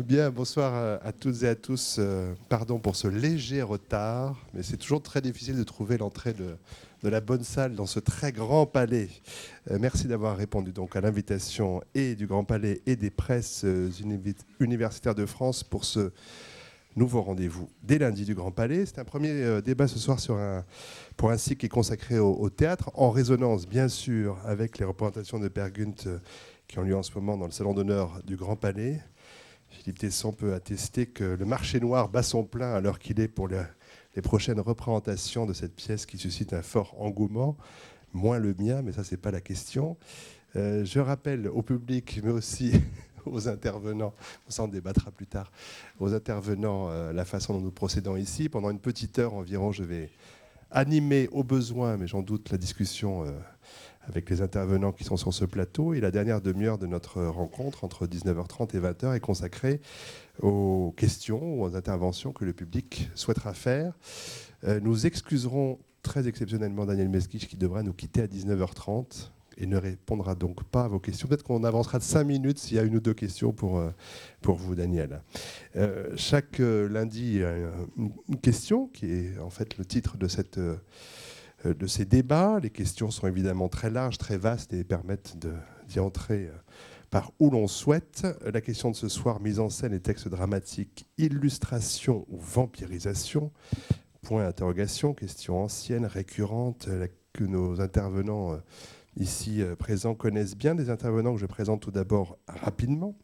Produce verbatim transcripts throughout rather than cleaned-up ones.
Bien, bonsoir à toutes et à tous. Euh, pardon pour ce léger retard, mais c'est toujours très difficile de trouver l'entrée de, de la bonne salle dans ce très grand palais. Euh, merci d'avoir répondu donc à l'invitation et du Grand Palais et des presses euh, univi- universitaires de France pour ce nouveau rendez-vous dès lundi du Grand Palais. C'est un premier euh, débat ce soir sur un, pour un cycle qui est consacré au, au théâtre, en résonance bien sûr avec les représentations de Per Gunt euh, qui ont lieu en ce moment dans le Salon d'honneur du Grand Palais. Philippe Tesson peut attester que le marché noir bat son plein à l'heure qu'il est pour les, les prochaines représentations de cette pièce qui suscite un fort engouement, moins le mien, mais ça, c'est pas la question. Euh, je rappelle au public, mais aussi aux intervenants, on s'en débattra plus tard, aux intervenants, euh, la façon dont nous procédons ici. Pendant une petite heure environ, je vais animer au besoin, mais j'en doute, la discussion euh, avec les intervenants qui sont sur ce plateau. Et la dernière demi-heure de notre rencontre, entre dix-neuf heures trente et vingt heures, est consacrée aux questions ou aux interventions que le public souhaitera faire. Euh, nous excuserons très exceptionnellement Daniel Mesguich qui devra nous quitter à dix-neuf heures trente et ne répondra donc pas à vos questions. Peut-être qu'on avancera de cinq minutes s'il y a une ou deux questions pour, euh, pour vous, Daniel. Euh, chaque euh, lundi, il y a une question qui est en fait le titre de cette... Euh, de ces débats. Les questions sont évidemment très larges, très vastes et permettent de, d'y entrer par où l'on souhaite. La question de ce soir, mise en scène et texte dramatique, illustration ou vampirisation, point d'interrogation, question ancienne, récurrente, que nos intervenants ici présents connaissent bien. Des intervenants que je présente tout d'abord rapidement,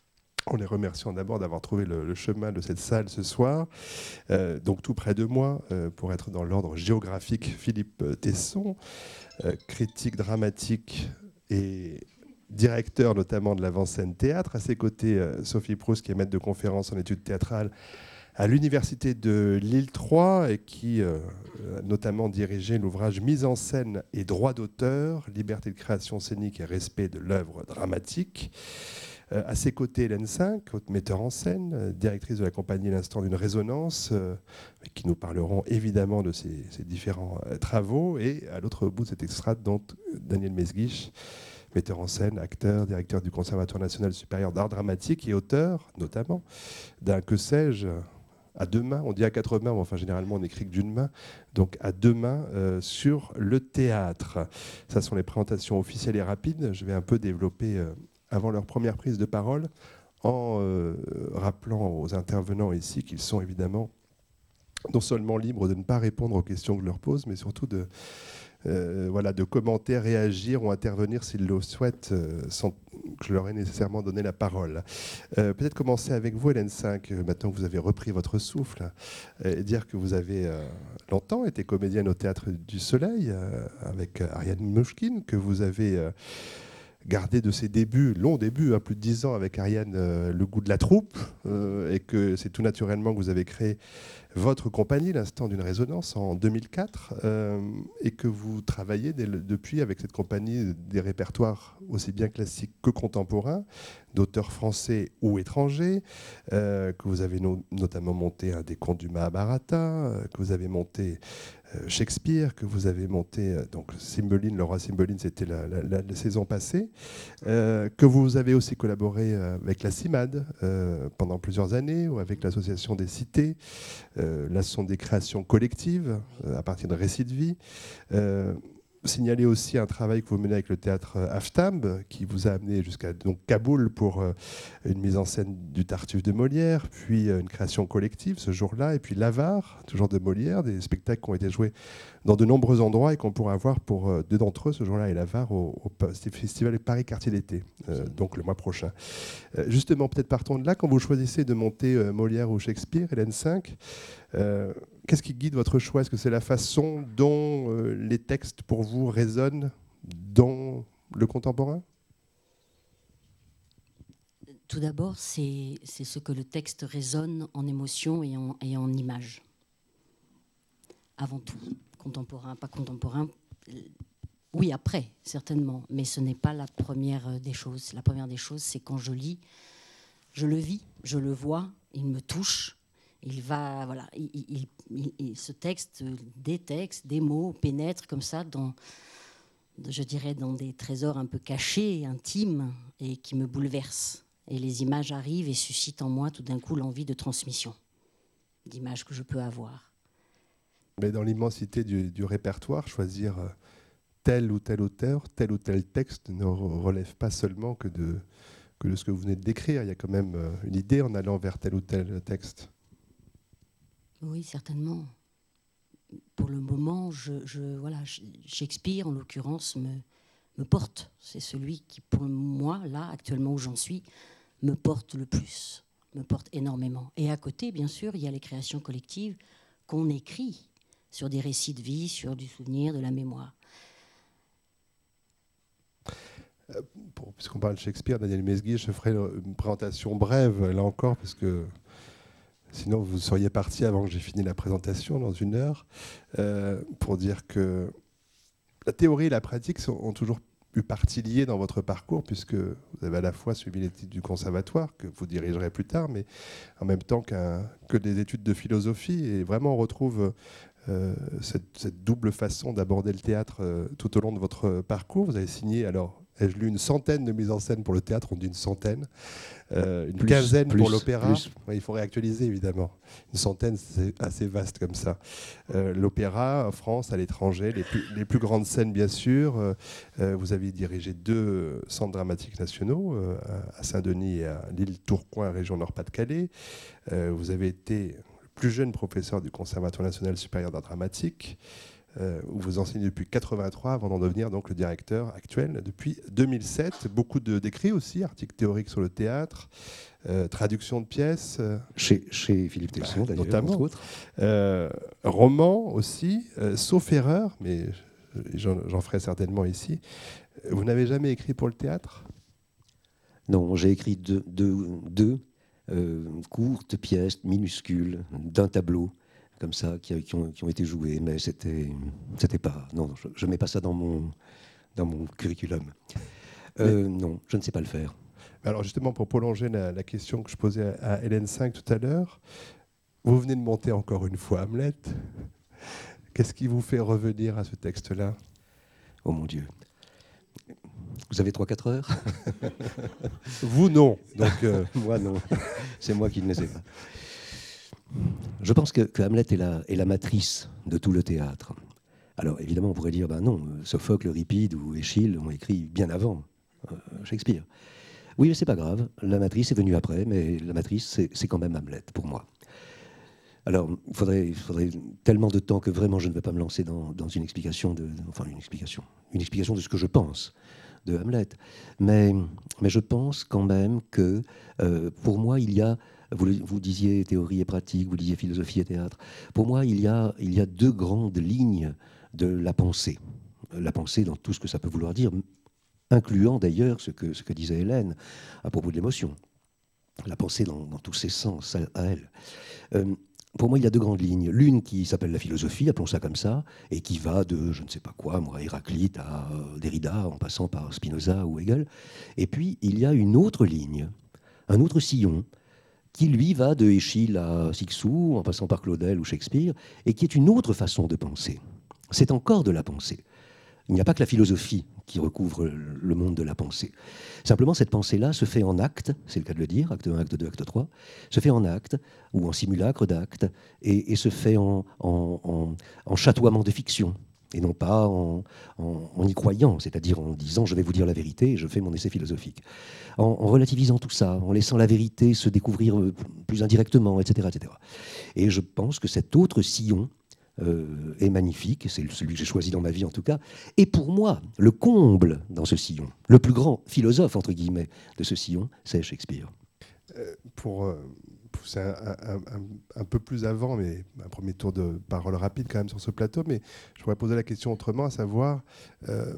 en les remerciant d'abord d'avoir trouvé le, le chemin de cette salle ce soir. Euh, donc tout près de moi, euh, pour être dans l'ordre géographique, Philippe Tesson, euh, critique dramatique et directeur notamment de l'avant-scène théâtre. À ses côtés, euh, Sophie Proust, qui est maître de conférence en études théâtrales à l'université de Lille trois et qui euh, a notamment dirigé l'ouvrage Mise en scène et droit d'auteur, liberté de création scénique et respect de l'œuvre dramatique. Euh, à ses côtés, Hélène cinq, haute metteur en scène, euh, directrice de la compagnie L'Instant d'une résonance, euh, qui nous parleront évidemment de ces, ces différents euh, travaux. Et à l'autre bout de cet extrait, donc, Daniel Mesguich, metteur en scène, acteur, directeur du Conservatoire national supérieur d'art dramatique et auteur, notamment, d'un Que sais-je à deux mains, on dit à quatre mains, mais enfin généralement on écrit que d'une main, donc à deux mains euh, sur le théâtre. Ça sont les présentations officielles et rapides. Je vais un peu développer euh, avant leur première prise de parole, en euh, rappelant aux intervenants ici qu'ils sont évidemment non seulement libres de ne pas répondre aux questions que je leur pose, mais surtout de, euh, voilà, de commenter, réagir ou intervenir s'ils le souhaitent, euh, sans que je leur ai nécessairement donné la parole. Euh, peut-être commencer avec vous, Hélène cinq, euh, maintenant que vous avez repris votre souffle, euh, et dire que vous avez euh, longtemps été comédienne au Théâtre du Soleil, euh, avec Ariane Mnouchkine, que vous avez... Euh, gardé de ses débuts, longs débuts, hein, plus de dix ans avec Ariane, euh, le goût de la troupe, euh, et que c'est tout naturellement que vous avez créé votre compagnie, l'Instant d'une résonance, en deux mille quatre, euh, et que vous travaillez dès le, depuis avec cette compagnie des répertoires aussi bien classiques que contemporains, d'auteurs français ou étrangers, euh, que vous avez no- notamment monté un des contes du Mahabharata, euh, que vous avez monté euh, Shakespeare, que vous avez monté, euh, donc Cymbeline, le roi Cymbeline, c'était la, la- la- la saison passée, euh, que vous avez aussi collaboré euh, avec la CIMAD euh, pendant plusieurs années, ou avec l'Association des cités. Euh, là, ce sont des créations collectives euh, à partir de récits de vie. Euh, signaler aussi un travail que vous menez avec le théâtre Aftab, qui vous a amené jusqu'à donc Kaboul pour euh, une mise en scène du Tartuffe de Molière, puis euh, une création collective ce jour-là, et puis l'Avare, toujours de Molière, des spectacles qui ont été joués dans de nombreux endroits et qu'on pourra voir pour euh, deux d'entre eux ce jour-là et l'Avare au, au Festival Paris Quartier d'été, euh, donc le mois prochain. Euh, justement, peut-être partons de là, quand vous choisissez de monter euh, Molière ou Shakespeare, Hélène cinq, euh, qu'est-ce qui guide votre choix? Est-ce que c'est la façon dont euh, les textes pour vous résonnent dans le contemporain? Tout d'abord, c'est c'est ce que le texte résonne en émotion et en, et en image. Avant tout, contemporain, pas contemporain. euh, Oui, après, certainement, mais ce n'est pas la première des choses. La première des choses, c'est quand je lis, je le vis, je le vois, il me touche. Il va, voilà, il, il, il, il, ce texte, des textes, des mots pénètrent comme ça dans, je dirais, dans des trésors un peu cachés, intimes, et qui me bouleversent. Et les images arrivent et suscitent en moi tout d'un coup l'envie de transmission d'images que je peux avoir. Mais dans l'immensité du, du répertoire, choisir tel ou tel auteur, tel ou tel texte ne relève pas seulement que de, que de ce que vous venez de décrire. Il y a quand même une idée en allant vers tel ou tel texte. Oui, certainement. Pour le moment, je, je, voilà, Shakespeare, en l'occurrence, me, me porte. C'est celui qui, pour moi, là, actuellement où j'en suis, me porte le plus, me porte énormément. Et à côté, bien sûr, il y a les créations collectives qu'on écrit sur des récits de vie, sur du souvenir, de la mémoire. Euh, pour, puisqu'on parle de Shakespeare, Daniel Mesguich, je ferai une présentation brève, là encore, parce que sinon vous seriez parti avant que j'ai fini la présentation, dans une heure, euh, pour dire que la théorie et la pratique sont, ont toujours eu partie liée dans votre parcours, puisque vous avez à la fois suivi l'étude du conservatoire, que vous dirigerez plus tard, mais en même temps qu'un, que des études de philosophie. Et vraiment, on retrouve euh, cette, cette double façon d'aborder le théâtre euh, tout au long de votre parcours. Vous avez signé, alors, ai-je lu une centaine de mises en scène pour le théâtre, on dit une centaine, euh, une plus, quinzaine plus, pour l'opéra. Ouais, il faut réactualiser, évidemment. Une centaine, c'est assez vaste comme ça. Euh, l'opéra, en France, à l'étranger, les plus, les plus grandes scènes, bien sûr. Euh, vous avez dirigé deux centres dramatiques nationaux, euh, à Saint-Denis et à l'île-Tourcoing, région Nord-Pas-de-Calais. Euh, vous avez été le plus jeune professeur du Conservatoire national supérieur d'art dramatique, Euh, où vous enseignez depuis quatre-vingt-trois avant d'en devenir donc le directeur actuel depuis deux mille sept. Beaucoup de, d'écrits aussi, articles théoriques sur le théâtre, euh, traduction de pièces. Euh, chez, chez Philippe Tesson, d'ailleurs, notamment. entre autres. Euh, romans aussi, euh, sauf erreur, mais j'en, j'en ferai certainement ici. Vous n'avez jamais écrit pour le théâtre ? Non, j'ai écrit deux, deux, deux euh, courtes pièces minuscules d'un tableau, comme ça, qui, qui, ont, qui ont été joués, mais c'était, c'était pas... Non, je ne mets pas ça dans mon, dans mon curriculum. Euh, non, je ne sais pas le faire. Alors justement, pour prolonger la, la question que je posais à, à Hélène cinq tout à l'heure, vous venez de monter encore une fois Hamlet. Qu'est-ce qui vous fait revenir à ce texte-là ? Oh mon Dieu. Vous avez trois quatre heures ? Vous, non. Donc, euh... moi, non. C'est moi qui ne les ai pas. Je pense que, que Hamlet est la, est la matrice de tout le théâtre. Alors évidemment, on pourrait dire, ben non, Sophocle, Euripide ou Échille ont écrit bien avant euh, Shakespeare. Oui, mais c'est pas grave, la matrice est venue après, mais la matrice, c'est, c'est quand même Hamlet, pour moi. Alors, il faudrait, il faudrait tellement de temps que vraiment je ne vais pas me lancer dans, dans une explication, de, enfin une explication, une explication de ce que je pense de Hamlet. Mais, mais je pense quand même que, euh, pour moi, il y a... Vous, vous disiez théorie et pratique, vous disiez philosophie et théâtre. Pour moi, il y a, il y a deux grandes lignes de la pensée. La pensée dans tout ce que ça peut vouloir dire, incluant d'ailleurs ce que, ce que disait Hélène à propos de l'émotion. La pensée dans, dans tous ses sens à, à elle. Euh, pour moi, il y a deux grandes lignes. L'une qui s'appelle la philosophie, appelons ça comme ça, et qui va de, je ne sais pas quoi, moi, Héraclite à Derrida, en passant par Spinoza ou Hegel. Et puis, il y a une autre ligne, un autre sillon, qui lui va de Échille à Sixou, en passant par Claudel ou Shakespeare, et qui est une autre façon de penser. C'est encore de la pensée. Il n'y a pas que la philosophie qui recouvre le monde de la pensée. Simplement, cette pensée-là se fait en acte, c'est le cas de le dire, acte un, acte deux, acte trois, se fait en acte, ou en simulacre d'acte, et, et se fait en, en, en, en chatoiement de fiction, et non pas en, en, en y croyant, c'est-à-dire en disant « je vais vous dire la vérité et je fais mon essai philosophique ». En, en relativisant tout ça, en laissant la vérité se découvrir plus indirectement, et cetera, et cetera. Et je pense que cet autre sillon euh, est magnifique, c'est celui que j'ai choisi dans ma vie en tout cas, et pour moi, le comble dans ce sillon, le plus grand philosophe, entre guillemets, de ce sillon, c'est Shakespeare. Euh, pour... Euh... C'est un, un, un, un peu plus avant, mais un premier tour de parole rapide quand même sur ce plateau, mais je pourrais poser la question autrement, à savoir, euh,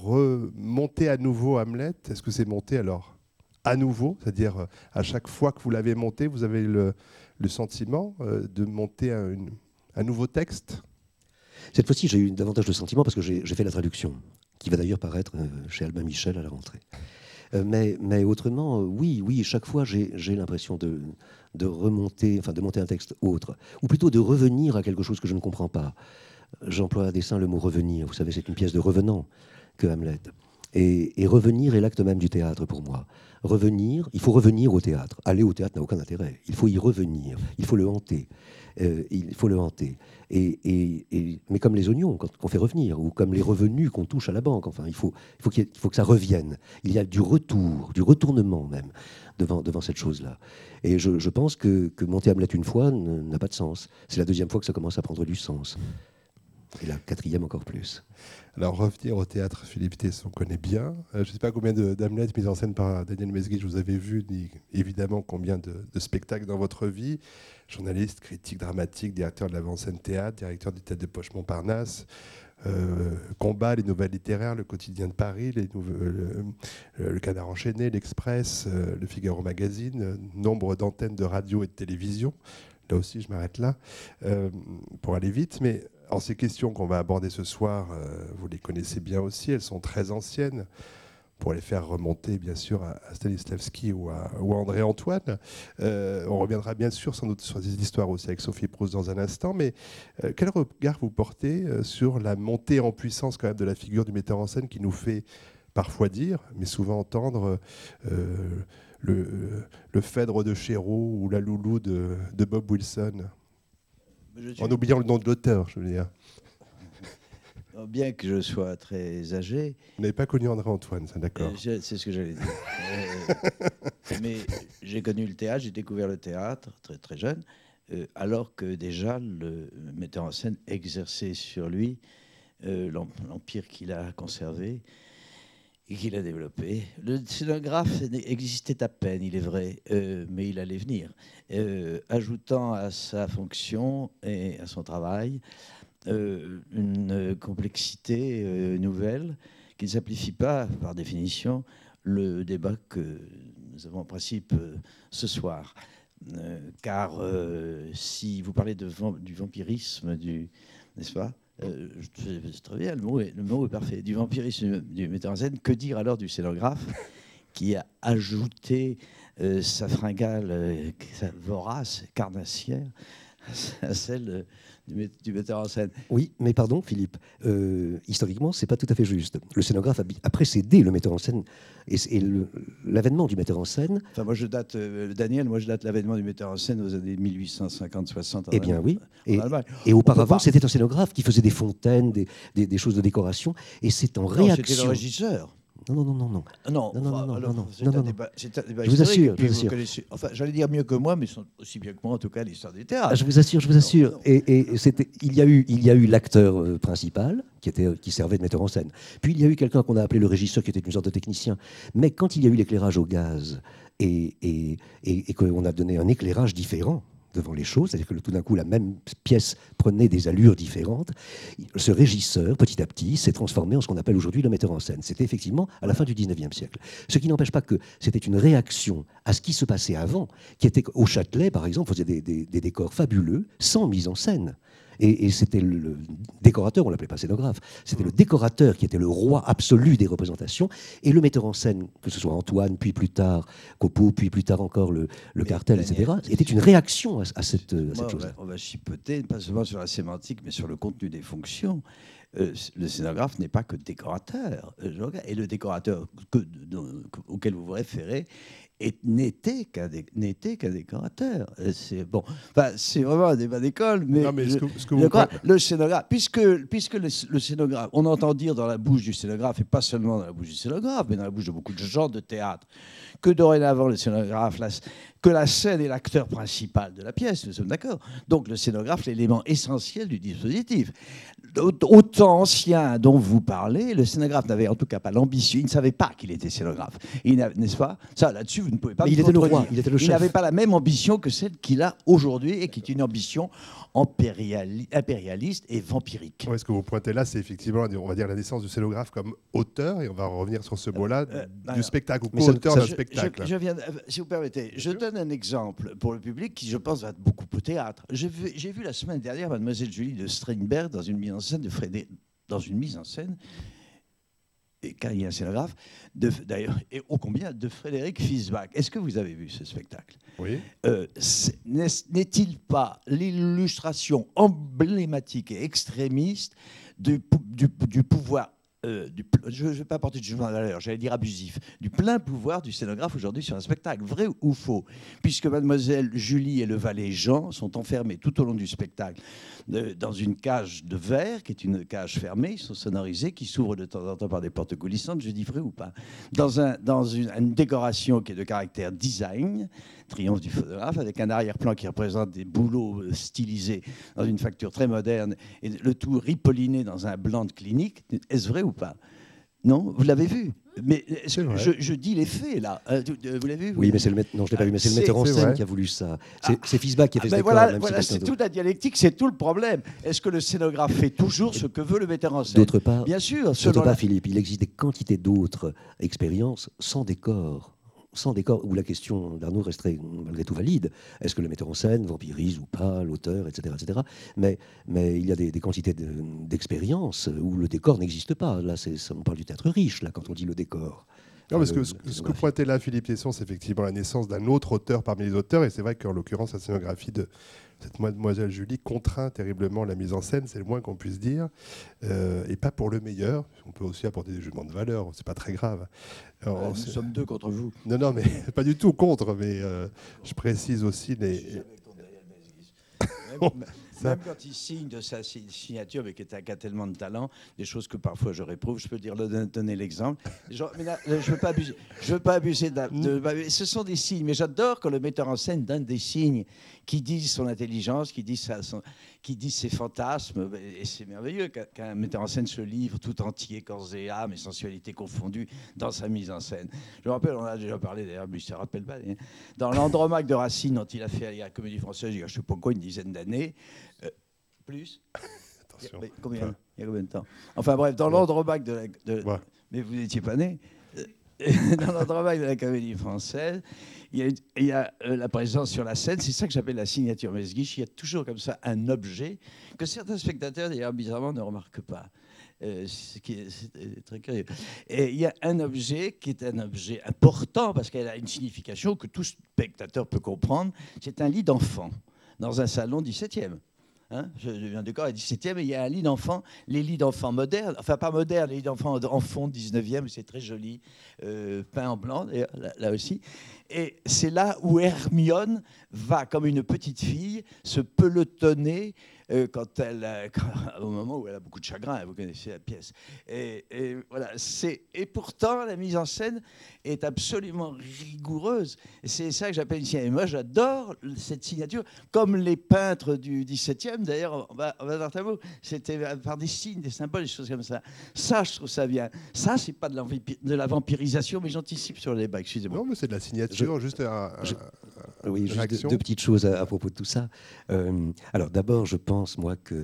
remonter à nouveau Hamlet, est-ce que c'est monter alors à nouveau, c'est-à-dire à chaque fois que vous l'avez monté, vous avez le, le sentiment euh, de monter un, une, un nouveau texte ? Cette fois-ci, j'ai eu davantage de sentiments parce que j'ai, j'ai fait la traduction, qui va d'ailleurs paraître chez Albin Michel à la rentrée. Euh, mais, mais autrement, euh, oui, oui, chaque fois, j'ai, j'ai l'impression de, de remonter, enfin de monter un texte autre, ou plutôt de revenir à quelque chose que je ne comprends pas. J'emploie à dessein le mot « revenir ». Vous savez, c'est une pièce de revenant que Hamlet. Et, et revenir est l'acte même du théâtre pour moi. Revenir, il faut revenir au théâtre. Aller au théâtre n'a aucun intérêt. Il faut y revenir. Il faut le hanter. Euh, il faut le hanter. Et, et, et, mais comme les oignons quand, qu'on fait revenir, ou comme les revenus qu'on touche à la banque. Enfin, il faut, il faut, qu'il y ait, il faut que ça revienne. Il y a du retour, du retournement même devant, devant cette chose-là. Et je, je pense que, que monter Hamlet une fois n'a pas de sens. C'est la deuxième fois que ça commence à prendre du sens. Et la quatrième encore plus. Alors, revenir au théâtre, Philippe Tesson connaît bien. Euh, je ne sais pas combien de, d'Hamlet mis en scène par Daniel Mesguich vous avez vu, ni évidemment combien de, de spectacles dans votre vie. Journaliste, critique dramatique, directeur de l'avant-scène théâtre, directeur du Théâtre de Poche Montparnasse, euh, Combat, les nouvelles littéraires, le Quotidien de Paris, les nouveaux, le, le Canard enchaîné, l'Express, euh, le Figaro Magazine, euh, nombre d'antennes de radio et de télévision. Là aussi, je m'arrête là euh, pour aller vite, mais... Alors, ces questions qu'on va aborder ce soir, euh, vous les connaissez bien aussi, elles sont très anciennes, pour les faire remonter bien sûr à, à Stanislavski ou à, ou à André-Antoine. Euh, on reviendra bien sûr sans doute sur des histoires aussi avec Sophie Proust dans un instant, mais euh, quel regard vous portez euh, sur la montée en puissance quand même de la figure du metteur en scène qui nous fait parfois dire, mais souvent entendre euh, le, le Phèdre de Chéreau ou la Loulou de, de Bob Wilson? En oubliant le nom de l'auteur, je veux dire. Bien que je sois très âgé... Vous n'avez pas connu André-Antoine, ça, d'accord. Euh, c'est ce que j'allais dire. euh, mais j'ai connu le théâtre, j'ai découvert le théâtre très, très jeune, euh, alors que déjà le metteur en scène exerçait sur lui euh, l'empire qu'il a conservé et qu'il a développé. Le scénographe existait à peine, il est vrai, euh, mais il allait venir, euh, ajoutant à sa fonction et à son travail euh, une complexité euh, nouvelle qui ne simplifie pas, par définition, le débat que nous avons en principe euh, ce soir. Euh, car euh, si vous parlez de, du vampirisme, du, n'est-ce pas ? Euh, c'est très bien, le mot, est, le mot est parfait. Du vampirisme du metteur en scène, que dire alors du scénographe qui a ajouté euh, sa fringale euh, vorace, carnassière, à celle du, du metteur en scène? Oui, mais pardon, Philippe. Euh, historiquement, c'est pas tout à fait juste. Le scénographe a, a précédé le metteur en scène et, et le, l'avènement du metteur en scène. Enfin, moi, je date, euh, Daniel, moi, je date l'avènement du metteur en scène aux années mille huit cent cinquante soixante. Eh bien, oui. Et, et auparavant, c'était un scénographe qui faisait des fontaines, des, des, des choses de décoration, et c'est en non, réaction. C'était le régisseur. Non, non, non, non. Non, non, non, enfin, non, alors, non, c'est non, un non, débat, c'est un débat je vous assure, je vous vous assure. connaissez, enfin, j'allais dire mieux que moi, mais aussi bien que moi, en tout cas, l'histoire du théâtre. Ah, je vous assure, je vous assure. Non, non. Et, et c'était, il y a eu, il y a eu l'acteur euh, principal qui était, qui servait de metteur en scène. Puis il y a eu quelqu'un qu'on a appelé le régisseur, qui était une sorte de technicien. Mais quand il y a eu l'éclairage au gaz et, et, et, et qu'on a donné un éclairage différent devant les choses, c'est-à-dire que tout d'un coup la même pièce prenait des allures différentes, ce régisseur, petit à petit, s'est transformé en ce qu'on appelle aujourd'hui le metteur en scène. C'était effectivement à la fin du dix-neuvième siècle. Ce qui n'empêche pas que c'était une réaction à ce qui se passait avant, qui était au Châtelet, par exemple, faisait des, des, des décors fabuleux, sans mise en scène. Et, et c'était le, le décorateur, on ne l'appelait pas scénographe, c'était le décorateur qui était le roi absolu des représentations, et le metteur en scène, que ce soit Antoine, puis plus tard Copeau, puis plus tard encore le, le Cartel, Daniel, et cetera, était une réaction à, à cette, à cette chose. On va chipoter, pas seulement sur la sémantique, mais sur le contenu des fonctions. Euh, le scénographe n'est pas que décorateur. Et le décorateur que, de, auquel vous vous référez et n'était qu'un, dé, n'était qu'un décorateur. C'est, bon, enfin, c'est vraiment un débat d'école, mais, non, mais je, ce que, ce que je vous crois, le scénographe, puisque, puisque le, le scénographe, on entend dire dans la bouche du scénographe, et pas seulement dans la bouche du scénographe, mais dans la bouche de beaucoup de gens de théâtre, que dorénavant le scénographe, la, que la scène est l'acteur principal de la pièce, nous sommes d'accord. Donc le scénographe, l'élément essentiel du dispositif. Au temps ancien dont vous parlez, le scénographe n'avait en tout cas pas l'ambition, il ne savait pas qu'il était scénographe, il n'est-ce pas? Ça, là-dessus, vous ne pouvez pas mais me il était le roi, il était le chef. Il n'avait pas la même ambition que celle qu'il a aujourd'hui et qui est une ambition impérialiste et vampirique. Ouais, ce que vous pointez là, c'est effectivement, on va dire, la naissance du scénographe comme auteur, et on va revenir sur ce mot-là, euh, euh, du spectacle, ou co-auteur d'un spectacle. Je, je viens, si vous permettez, je donne un exemple pour le public qui, je pense, va beaucoup au théâtre. J'ai vu, j'ai vu la semaine dernière Mademoiselle Julie de Strindberg dans une mise en scène de Frédéric, dans une mise en scène, et car il y a un scénographe, de, d'ailleurs, et ô combien, de Frédéric Fiesbach. Est-ce que vous avez vu ce spectacle? Oui. Euh, n'est-il pas l'illustration emblématique et extrémiste du, du, du pouvoir Euh, du, je ne vais pas porter de jugement de valeur, j'allais dire abusif, du plein pouvoir du scénographe aujourd'hui sur un spectacle, vrai ou faux, puisque mademoiselle Julie et le valet Jean sont enfermés tout au long du spectacle de, dans une cage de verre, qui est une cage fermée, ils sont sonorisés, qui s'ouvrent de temps en temps par des portes coulissantes, je dis vrai ou pas, dans, un, dans une, une décoration qui est de caractère design, triomphe du photographe, avec un arrière-plan qui représente des boulots stylisés dans une facture très moderne, et le tout ripolliné dans un blanc de clinique. Est-ce vrai ou pas? Non, vous l'avez vu. Mais je, je dis les faits, là. Euh, vous l'avez vu? Oui, mais c'est le metteur. Non, je l'ai pas vu, mais c'est le metteur en scène vrai. qui a voulu ça. C'est ah, Fisbach qui a fait ah, ce décor. Voilà, voilà si c'est toute la dialectique, c'est tout le problème. Est-ce que le scénographe fait toujours ce que veut le metteur en scène? D'autre part, bien sûr. D'autre part, la... Philippe, il existe des quantités d'autres expériences sans décor. Sans décor, où la question d'Arnaud resterait malgré tout valide. Est-ce que le metteur en scène vampirise ou pas, l'auteur, et cetera, et cetera. Mais, mais il y a des, des quantités d'expériences où le décor n'existe pas. Là, on parle du théâtre riche, là, quand on dit le décor. Non, parce que ce, ce que pointait là Philippe Tesson, c'est effectivement la naissance d'un autre auteur parmi les auteurs. Et c'est vrai qu'en l'occurrence, la scénographie de cette mademoiselle Julie contraint terriblement la mise en scène, c'est le moins qu'on puisse dire, euh, et pas pour le meilleur. On peut aussi apporter des jugements de valeur, c'est pas très grave. Alors, nous sommes deux contre vous. Non, non, mais pas du tout contre, mais euh, je précise aussi les... Même, même quand il signe de sa signature, mais qui est un gars tellement de talent, des choses que parfois je réprouve, je peux dire, donner l'exemple. Genre, mais là, je ne veux pas abuser. Je veux pas abuser de, de, ce sont des signes, mais j'adore quand le metteur en scène donne des signes qui disent son intelligence, qui disent, sa, son, qui disent ses fantasmes. Et c'est merveilleux qu'un metteur en scène se livre tout entier, corps et âme et sensualité confondues dans sa mise en scène. Je me rappelle, on a déjà parlé d'ailleurs, mais je ne me rappelle pas, dans l'Andromaque de Racine, dont il a fait la Comédie Française il y a je ne sais pas quoi, une dizaine d'années. Euh, plus Attention. Il y a, combien, enfin. il y a combien de temps? Enfin bref, dans l'Andromaque de la... De, ouais. Mais vous n'étiez pas né. Dans l'Andromaque de la Comédie Française, il y a, il y a euh, la présence sur la scène, c'est ça que j'appelle la signature Mesguich. Il y a toujours comme ça un objet que certains spectateurs, d'ailleurs, bizarrement, ne remarquent pas. Euh, ce qui est, c'est très curieux. Et il y a un objet qui est un objet important parce qu'elle a une signification que tout spectateur peut comprendre. C'est un lit d'enfant dans un salon dix-septième. Hein, je viens du corps à dix-septième, et il y a un lit d'enfants, les lits d'enfants modernes, enfin pas modernes, les lits d'enfants en fond dix-neuvième, c'est très joli, euh, peint en blanc, là, là aussi. Et c'est là où Hermione va, comme une petite fille, se pelotonner euh, quand elle, euh, quand, au moment où elle a beaucoup de chagrin, vous connaissez la pièce. Et, et, voilà, c'est, et pourtant, la mise en scène est absolument rigoureuse. Et c'est ça que j'appelle une signature. Et moi, j'adore cette signature, comme les peintres du dix-septième, d'ailleurs, on va, on va dans tableau, c'était par des signes, des symboles, des choses comme ça. Ça, je trouve ça bien. Ça, c'est pas de la, de la vampirisation, mais j'anticipe sur le débat, excusez-moi. Non, mais c'est de la signature. Je, juste un, je, un, oui, juste deux, deux petites choses à, à propos de tout ça. Euh, alors d'abord, je pense, moi, que,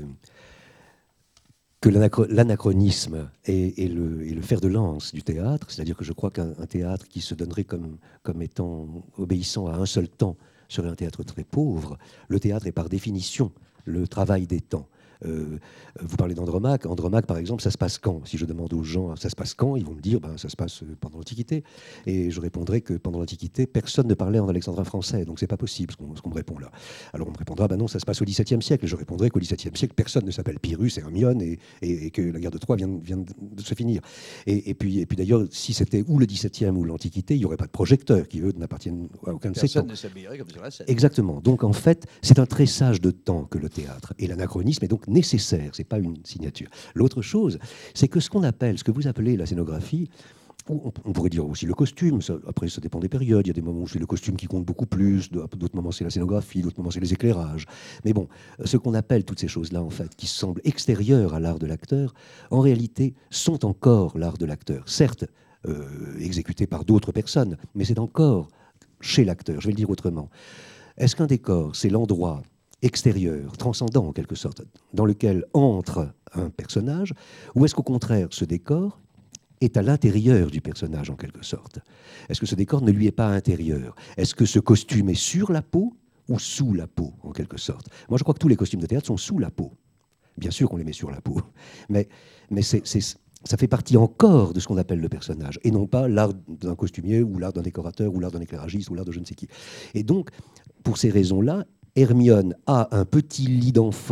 que l'anachronisme est, est, le, est le fer de lance du théâtre. C'est-à-dire que je crois qu'un théâtre qui se donnerait comme, comme étant obéissant à un seul temps serait un théâtre très pauvre. Le théâtre est par définition le travail des temps. Euh, vous parlez d'Andromaque. Andromaque, par exemple, ça se passe quand? Si je demande aux gens, ça se passe quand? Ils vont me dire, ben, ça se passe pendant l'Antiquité. Et je répondrai que pendant l'Antiquité, personne ne parlait en alexandrin français. Donc, c'est pas possible ce qu'on ce qu'on me répond là. Alors, on me répondra, ben non, ça se passe au dix-septième siècle. Et je répondrai qu'au dix-septième siècle, personne ne s'appelle Pyrrhus et Hermione et, et, et que la guerre de Troie vient, vient de se finir. Et, et puis, et puis d'ailleurs, si c'était ou le dix-septième ou l'Antiquité, il n'y aurait pas de projecteurs qui, eux, n'appartiennent à aucun de ces temps. Personne ne s'habillerait comme sur la scène. Exactement. Donc, en fait, c'est un tressage de temps que le théâtre. Et l'anachronisme est donc nécessaire. C'est pas une signature. L'autre chose, c'est que ce qu'on appelle, ce que vous appelez la scénographie, on, on pourrait dire aussi le costume, ça, après ça dépend des périodes, il y a des moments où c'est le costume qui compte beaucoup plus, d'autres moments c'est la scénographie, d'autres moments c'est les éclairages. Mais bon, ce qu'on appelle toutes ces choses-là, en fait, qui semblent extérieures à l'art de l'acteur, en réalité sont encore l'art de l'acteur. Certes, euh, exécuté par d'autres personnes, mais c'est encore chez l'acteur. Je vais le dire autrement. Est-ce qu'un décor, c'est l'endroit extérieur, transcendant en quelque sorte, dans lequel entre un personnage, ou est-ce qu'au contraire, ce décor est à l'intérieur du personnage en quelque sorte? Est-ce que ce décor ne lui est pas intérieur? Est-ce que ce costume est sur la peau ou sous la peau en quelque sorte? Moi je crois que tous les costumes de théâtre sont sous la peau. Bien sûr qu'on les met sur la peau, mais, mais c'est, c'est, ça fait partie encore de ce qu'on appelle le personnage, et non pas l'art d'un costumier, ou l'art d'un décorateur, ou l'art d'un éclairagiste, ou l'art de je ne sais qui. Et donc, pour ces raisons-là, Hermione a un petit lit d'enfant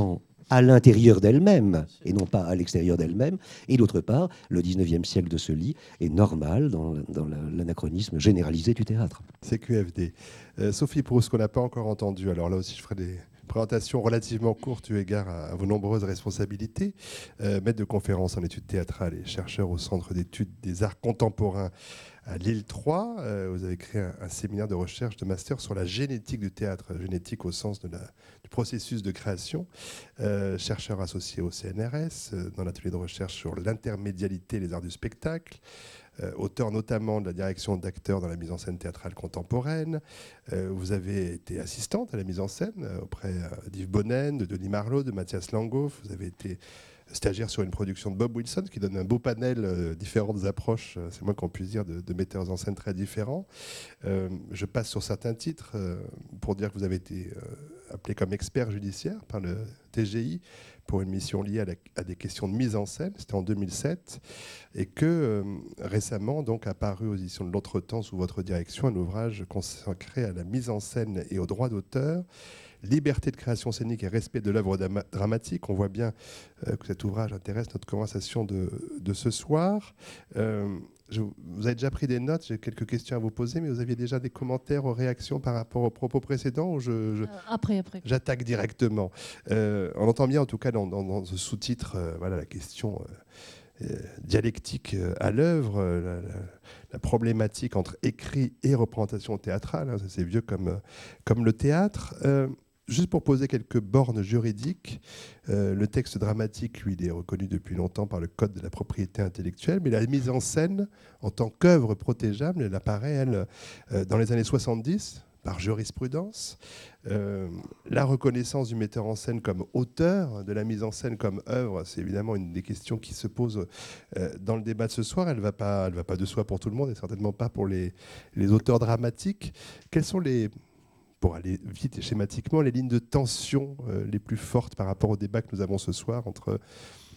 à l'intérieur d'elle-même et non pas à l'extérieur d'elle-même. Et d'autre part, le dix-neuvième siècle de se lit est normal dans, dans l'anachronisme généralisé du théâtre. C Q F D. Euh, Sophie Proust, qu'on n'a pas encore entendu. Alors là aussi, je ferai des présentations relativement courtes eu égard à, à vos nombreuses responsabilités. Euh, maître de conférence en études théâtrales et chercheur au Centre d'études des arts contemporains à Lille trois. Euh, vous avez créé un, un séminaire de recherche de master sur la génétique du théâtre, génétique au sens de la, du processus de création. Euh, chercheur associé au C N R S, euh, dans l'atelier de recherche sur l'intermédialité et les arts du spectacle. Euh, auteur notamment de la direction d'acteurs dans la mise en scène théâtrale contemporaine. Euh, vous avez été assistante à la mise en scène euh, auprès euh, d'Yves Bonnen, de Denis Marlot, de Mathias Langhoff. Vous avez été stagiaire sur une production de Bob Wilson, qui donne un beau panel, euh, différentes approches, euh, c'est moins qu'on puisse dire, de, de metteurs en scène très différents. Euh, je passe sur certains titres euh, pour dire que vous avez été euh, appelé comme expert judiciaire par le T G I pour une mission liée à, la, à des questions de mise en scène, c'était en deux mille sept, et que euh, récemment donc apparu aux éditions de l'Entretemps sous votre direction un ouvrage consacré à la mise en scène et aux droits d'auteur, liberté de création scénique et respect de l'œuvre dramatique. On voit bien euh, que cet ouvrage intéresse notre conversation de, de ce soir. Euh, je, vous avez déjà pris des notes, j'ai quelques questions à vous poser, mais vous aviez déjà des commentaires ou réactions par rapport aux propos précédents ou je, je, euh, Après, après. J'attaque directement. Euh, on entend bien, en tout cas, dans, dans, dans ce sous-titre, euh, voilà, la question euh, euh, dialectique euh, à l'œuvre, euh, la, la, la problématique entre écrit et représentation théâtrale. Hein, ça, c'est vieux comme, euh, comme le théâtre. Euh, Juste pour poser quelques bornes juridiques, euh, le texte dramatique, lui, il est reconnu depuis longtemps par le Code de la propriété intellectuelle, mais la mise en scène, en tant qu'œuvre protégeable, elle apparaît, elle, euh, dans les années soixante-dix, par jurisprudence. Euh, la reconnaissance du metteur en scène comme auteur, de la mise en scène comme œuvre, c'est évidemment une des questions qui se posent euh, dans le débat de ce soir. Elle ne va pas, elle va pas de soi pour tout le monde, et certainement pas pour les, les auteurs dramatiques. Quels sont les... pour aller vite et schématiquement, les lignes de tension euh, les plus fortes par rapport au débat que nous avons ce soir entre euh,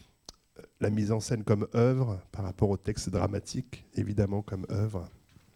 la mise en scène comme œuvre par rapport au texte dramatique, évidemment comme œuvre.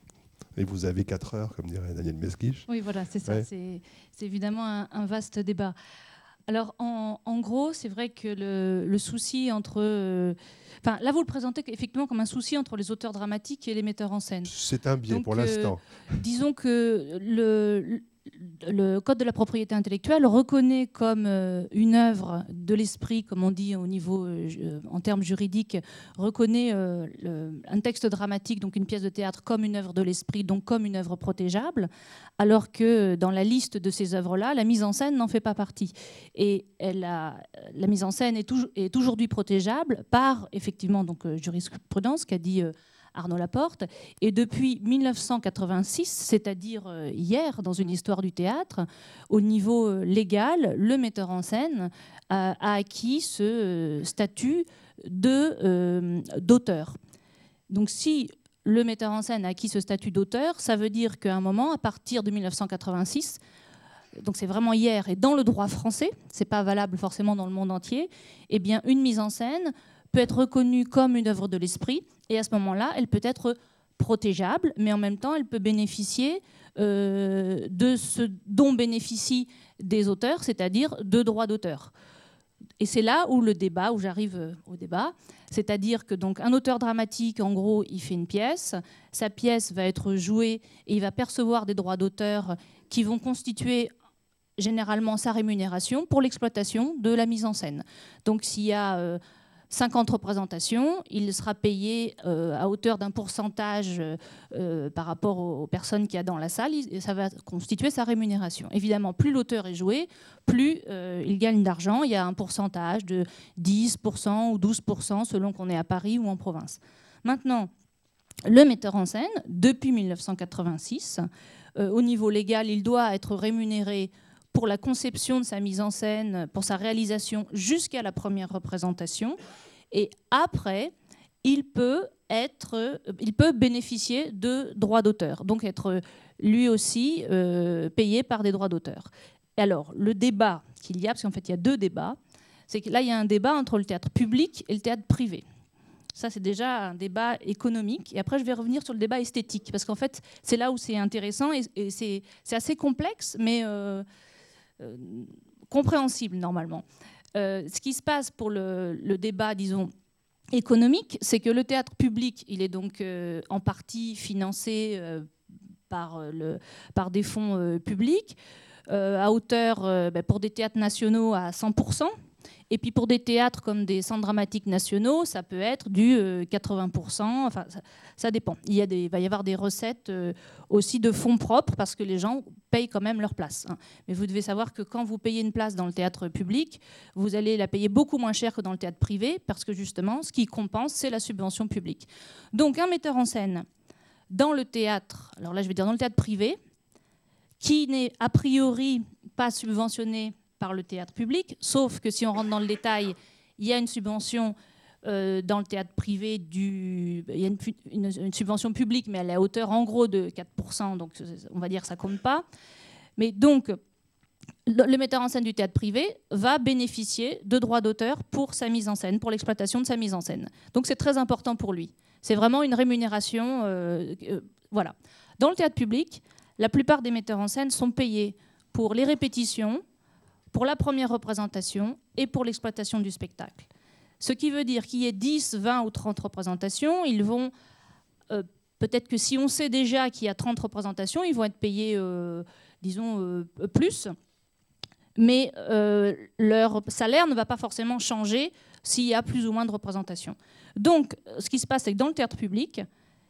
Et vous avez quatre heures, comme dirait Daniel Mesguich. Oui, voilà, c'est ça. Ouais. C'est, c'est évidemment un, un vaste débat. Alors, en, en gros, c'est vrai que le, le souci entre... Euh, enfin, là, vous le présentez effectivement comme un souci entre les auteurs dramatiques et les metteurs en scène. C'est un biais. Donc, pour euh, l'instant. Disons que le... Le Code de la propriété intellectuelle reconnaît comme euh, une œuvre de l'esprit, comme on dit au niveau, euh, en termes juridiques, reconnaît euh, le, un texte dramatique, donc une pièce de théâtre, comme une œuvre de l'esprit, donc comme une œuvre protégeable, alors que dans la liste de ces œuvres-là, la mise en scène n'en fait pas partie. Et elle a, la mise en scène est, toujours, est aujourd'hui protégeable par, effectivement, donc, euh, jurisprudence qu'a dit... Euh, Arnaud Laporte, et depuis mille neuf cent quatre-vingt-six, c'est-à-dire hier dans une histoire du théâtre, au niveau légal, le metteur en scène a, a acquis ce statut de, euh, d'auteur. Donc si le metteur en scène a acquis ce statut d'auteur, ça veut dire qu'à un moment, à partir de mille neuf cent quatre-vingt-six, donc c'est vraiment hier, et dans le droit français, c'est pas valable forcément dans le monde entier, eh bien une mise en scène peut être reconnue comme une œuvre de l'esprit, et à ce moment-là, elle peut être protégeable, mais en même temps, elle peut bénéficier euh, de ce dont bénéficient des auteurs, c'est-à-dire de droits d'auteur. Et c'est là où le débat, où j'arrive au débat, c'est-à-dire que donc un auteur dramatique, en gros, il fait une pièce, sa pièce va être jouée et il va percevoir des droits d'auteur qui vont constituer généralement sa rémunération pour l'exploitation de la mise en scène. Donc s'il y a euh, cinquante représentations, il sera payé euh, à hauteur d'un pourcentage euh, par rapport aux, aux personnes qu'il y a dans la salle, et ça va constituer sa rémunération. Évidemment, plus l'auteur est joué, plus euh, il gagne d'argent. Il y a un pourcentage de dix pour cent ou douze pour cent selon qu'on est à Paris ou en province. Maintenant, le metteur en scène, depuis mille neuf cent quatre-vingt-six, euh, au niveau légal, il doit être rémunéré pour la conception de sa mise en scène, pour sa réalisation jusqu'à la première représentation. Et après, il peut, être, il peut bénéficier de droits d'auteur, donc être lui aussi euh, payé par des droits d'auteur. Et alors, le débat qu'il y a, parce qu'en fait, il y a deux débats, c'est que là, il y a un débat entre le théâtre public et le théâtre privé. Ça, c'est déjà un débat économique. Et après, je vais revenir sur le débat esthétique, parce qu'en fait, c'est là où c'est intéressant, et, et c'est, c'est assez complexe, mais... Euh, Euh, compréhensible normalement. Euh, ce qui se passe pour le, le débat, disons, économique, c'est que le théâtre public, il est donc euh, en partie financé euh, par, le, par des fonds euh, publics, euh, à hauteur, euh, ben, pour des théâtres nationaux, à cent pour cent. Et puis pour des théâtres comme des centres dramatiques nationaux, ça peut être du euh, quatre-vingts pour cent, enfin ça, ça dépend. Il, y a des, il va y avoir des recettes euh, aussi de fonds propres parce que les gens payent quand même leur place. Hein. Mais vous devez savoir que quand vous payez une place dans le théâtre public, vous allez la payer beaucoup moins cher que dans le théâtre privé parce que justement, ce qui compense, c'est la subvention publique. Donc un metteur en scène dans le théâtre, alors là je vais dire dans le théâtre privé, qui n'est a priori pas subventionné par le théâtre public, sauf que si on rentre dans le détail, il y a une subvention euh, dans le théâtre privé, du, il y a une, une, une subvention publique, mais elle est à hauteur en gros de quatre pour cent, donc on va dire que ça ne compte pas. Mais donc, le, le metteur en scène du théâtre privé va bénéficier de droits d'auteur pour sa mise en scène, pour l'exploitation de sa mise en scène. Donc c'est très important pour lui. C'est vraiment une rémunération. Euh, euh, voilà. Dans le théâtre public, la plupart des metteurs en scène sont payés pour les répétitions, pour la première représentation et pour l'exploitation du spectacle. Ce qui veut dire qu'il y ait dix, vingt ou trente représentations, ils vont, euh, peut-être que si on sait déjà qu'il y a trente représentations, ils vont être payés, euh, disons, euh, plus, mais euh, leur salaire ne va pas forcément changer s'il y a plus ou moins de représentations. Donc, ce qui se passe, c'est que dans le théâtre public,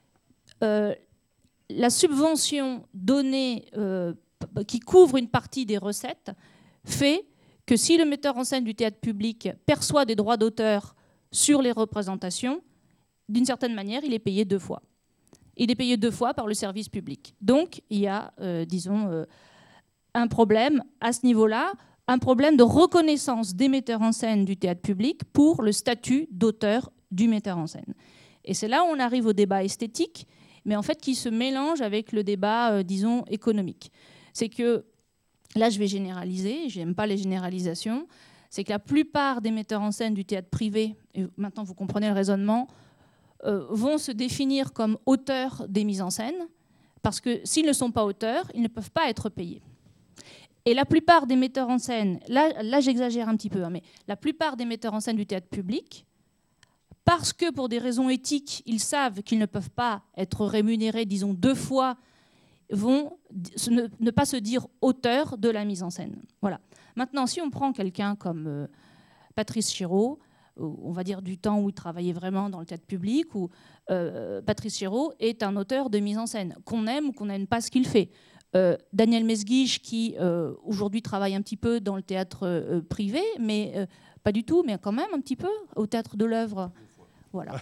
euh, la subvention donnée, euh, qui couvre une partie des recettes, fait que si le metteur en scène du théâtre public perçoit des droits d'auteur sur les représentations, d'une certaine manière, il est payé deux fois. Il est payé deux fois par le service public. Donc, il y a, euh, disons, euh, un problème à ce niveau-là, un problème de reconnaissance des metteurs en scène du théâtre public pour le statut d'auteur du metteur en scène. Et c'est là où on arrive au débat esthétique, mais en fait qui se mélange avec le débat, euh, disons, économique. C'est que là, je vais généraliser, je n'aime pas les généralisations, c'est que la plupart des metteurs en scène du théâtre privé, et maintenant vous comprenez le raisonnement, euh, vont se définir comme auteurs des mises en scène, parce que s'ils ne sont pas auteurs, ils ne peuvent pas être payés. Et la plupart des metteurs en scène, là, là j'exagère un petit peu, hein, mais la plupart des metteurs en scène du théâtre public, parce que pour des raisons éthiques, ils savent qu'ils ne peuvent pas être rémunérés, disons, deux fois, vont ne, ne pas se dire auteur de la mise en scène. Voilà. Maintenant, si on prend quelqu'un comme euh, Patrice Chéreau, on va dire du temps où il travaillait vraiment dans le théâtre public, où euh, Patrice Chéreau est un auteur de mise en scène, qu'on aime ou qu'on n'aime pas ce qu'il fait. Euh, Daniel Mesguich, qui euh, aujourd'hui travaille un petit peu dans le théâtre euh, privé, mais euh, pas du tout, mais quand même un petit peu au théâtre de l'œuvre. Voilà.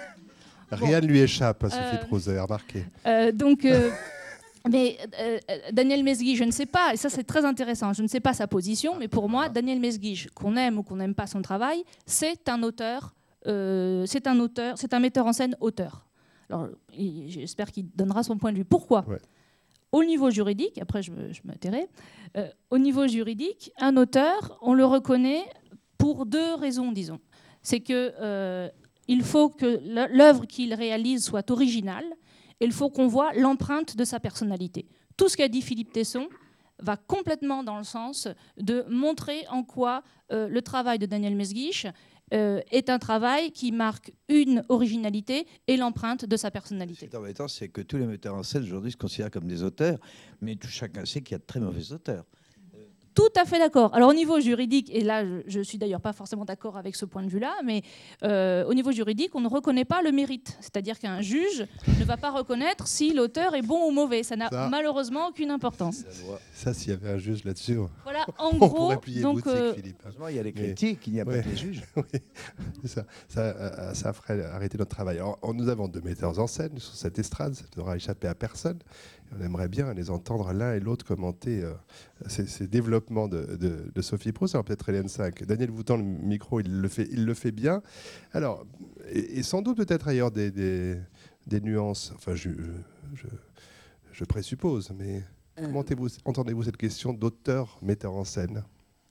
Rien ne bon. lui échappe à Sophie euh, Proust, vous avez remarqué. Euh, donc... Euh, Mais euh, Daniel Mesguich, je ne sais pas, et ça c'est très intéressant, je ne sais pas sa position, mais pour moi, Daniel Mesguich, qu'on aime ou qu'on n'aime pas son travail, c'est un auteur, euh, c'est un auteur, c'est un metteur en scène auteur. Alors, j'espère qu'il donnera son point de vue. Pourquoi ? Ouais. Au niveau juridique, après je me, je me tairai, euh, au niveau juridique, un auteur, on le reconnaît pour deux raisons, disons. C'est que euh, il faut que l'œuvre qu'il réalise soit originale. Et il faut qu'on voit l'empreinte de sa personnalité. Tout ce qu'a dit Philippe Tesson va complètement dans le sens de montrer en quoi euh, le travail de Daniel Mesguich euh, est un travail qui marque une originalité et l'empreinte de sa personnalité. C'est embêtant, c'est que tous les metteurs en scène aujourd'hui se considèrent comme des auteurs, mais tout chacun sait qu'il y a de très mauvais auteurs. Tout à fait d'accord. Alors au niveau juridique, et là je ne suis d'ailleurs pas forcément d'accord avec ce point de vue-là, mais euh, au niveau juridique, on ne reconnaît pas le mérite. C'est-à-dire qu'un juge ne va pas reconnaître si l'auteur est bon ou mauvais. Ça n'a malheureusement aucune importance. Ça, s'il y avait un juge là-dessus, voilà, en on gros, pourrait plier donc, boutique, euh, Philippe. Heureusement, il y a les critiques, mais... il n'y a ouais. pas que les juges. Oui, ça, ça, euh, ça ferait arrêter notre travail. Alors, nous avons deux metteurs en scène sur cette estrade, ça ne devra échapper à personne. On aimerait bien les entendre l'un et l'autre commenter euh, ces, ces développements de, de, de Sophie Proust. Alors peut-être Hélène cinq. Daniel vous tend le micro, il le fait, il le fait bien. Alors, et, et sans doute peut-être ailleurs des, des, des nuances. Enfin, je, je, je présuppose, mais euh... comment entendez-vous cette question d'auteur metteur en scène ?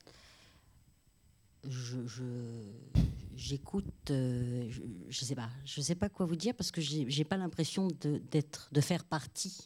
Je, je, j'écoute, euh, je ne sais pas, je sais pas quoi vous dire parce que j'ai, j'ai pas l'impression de, d'être, de faire partie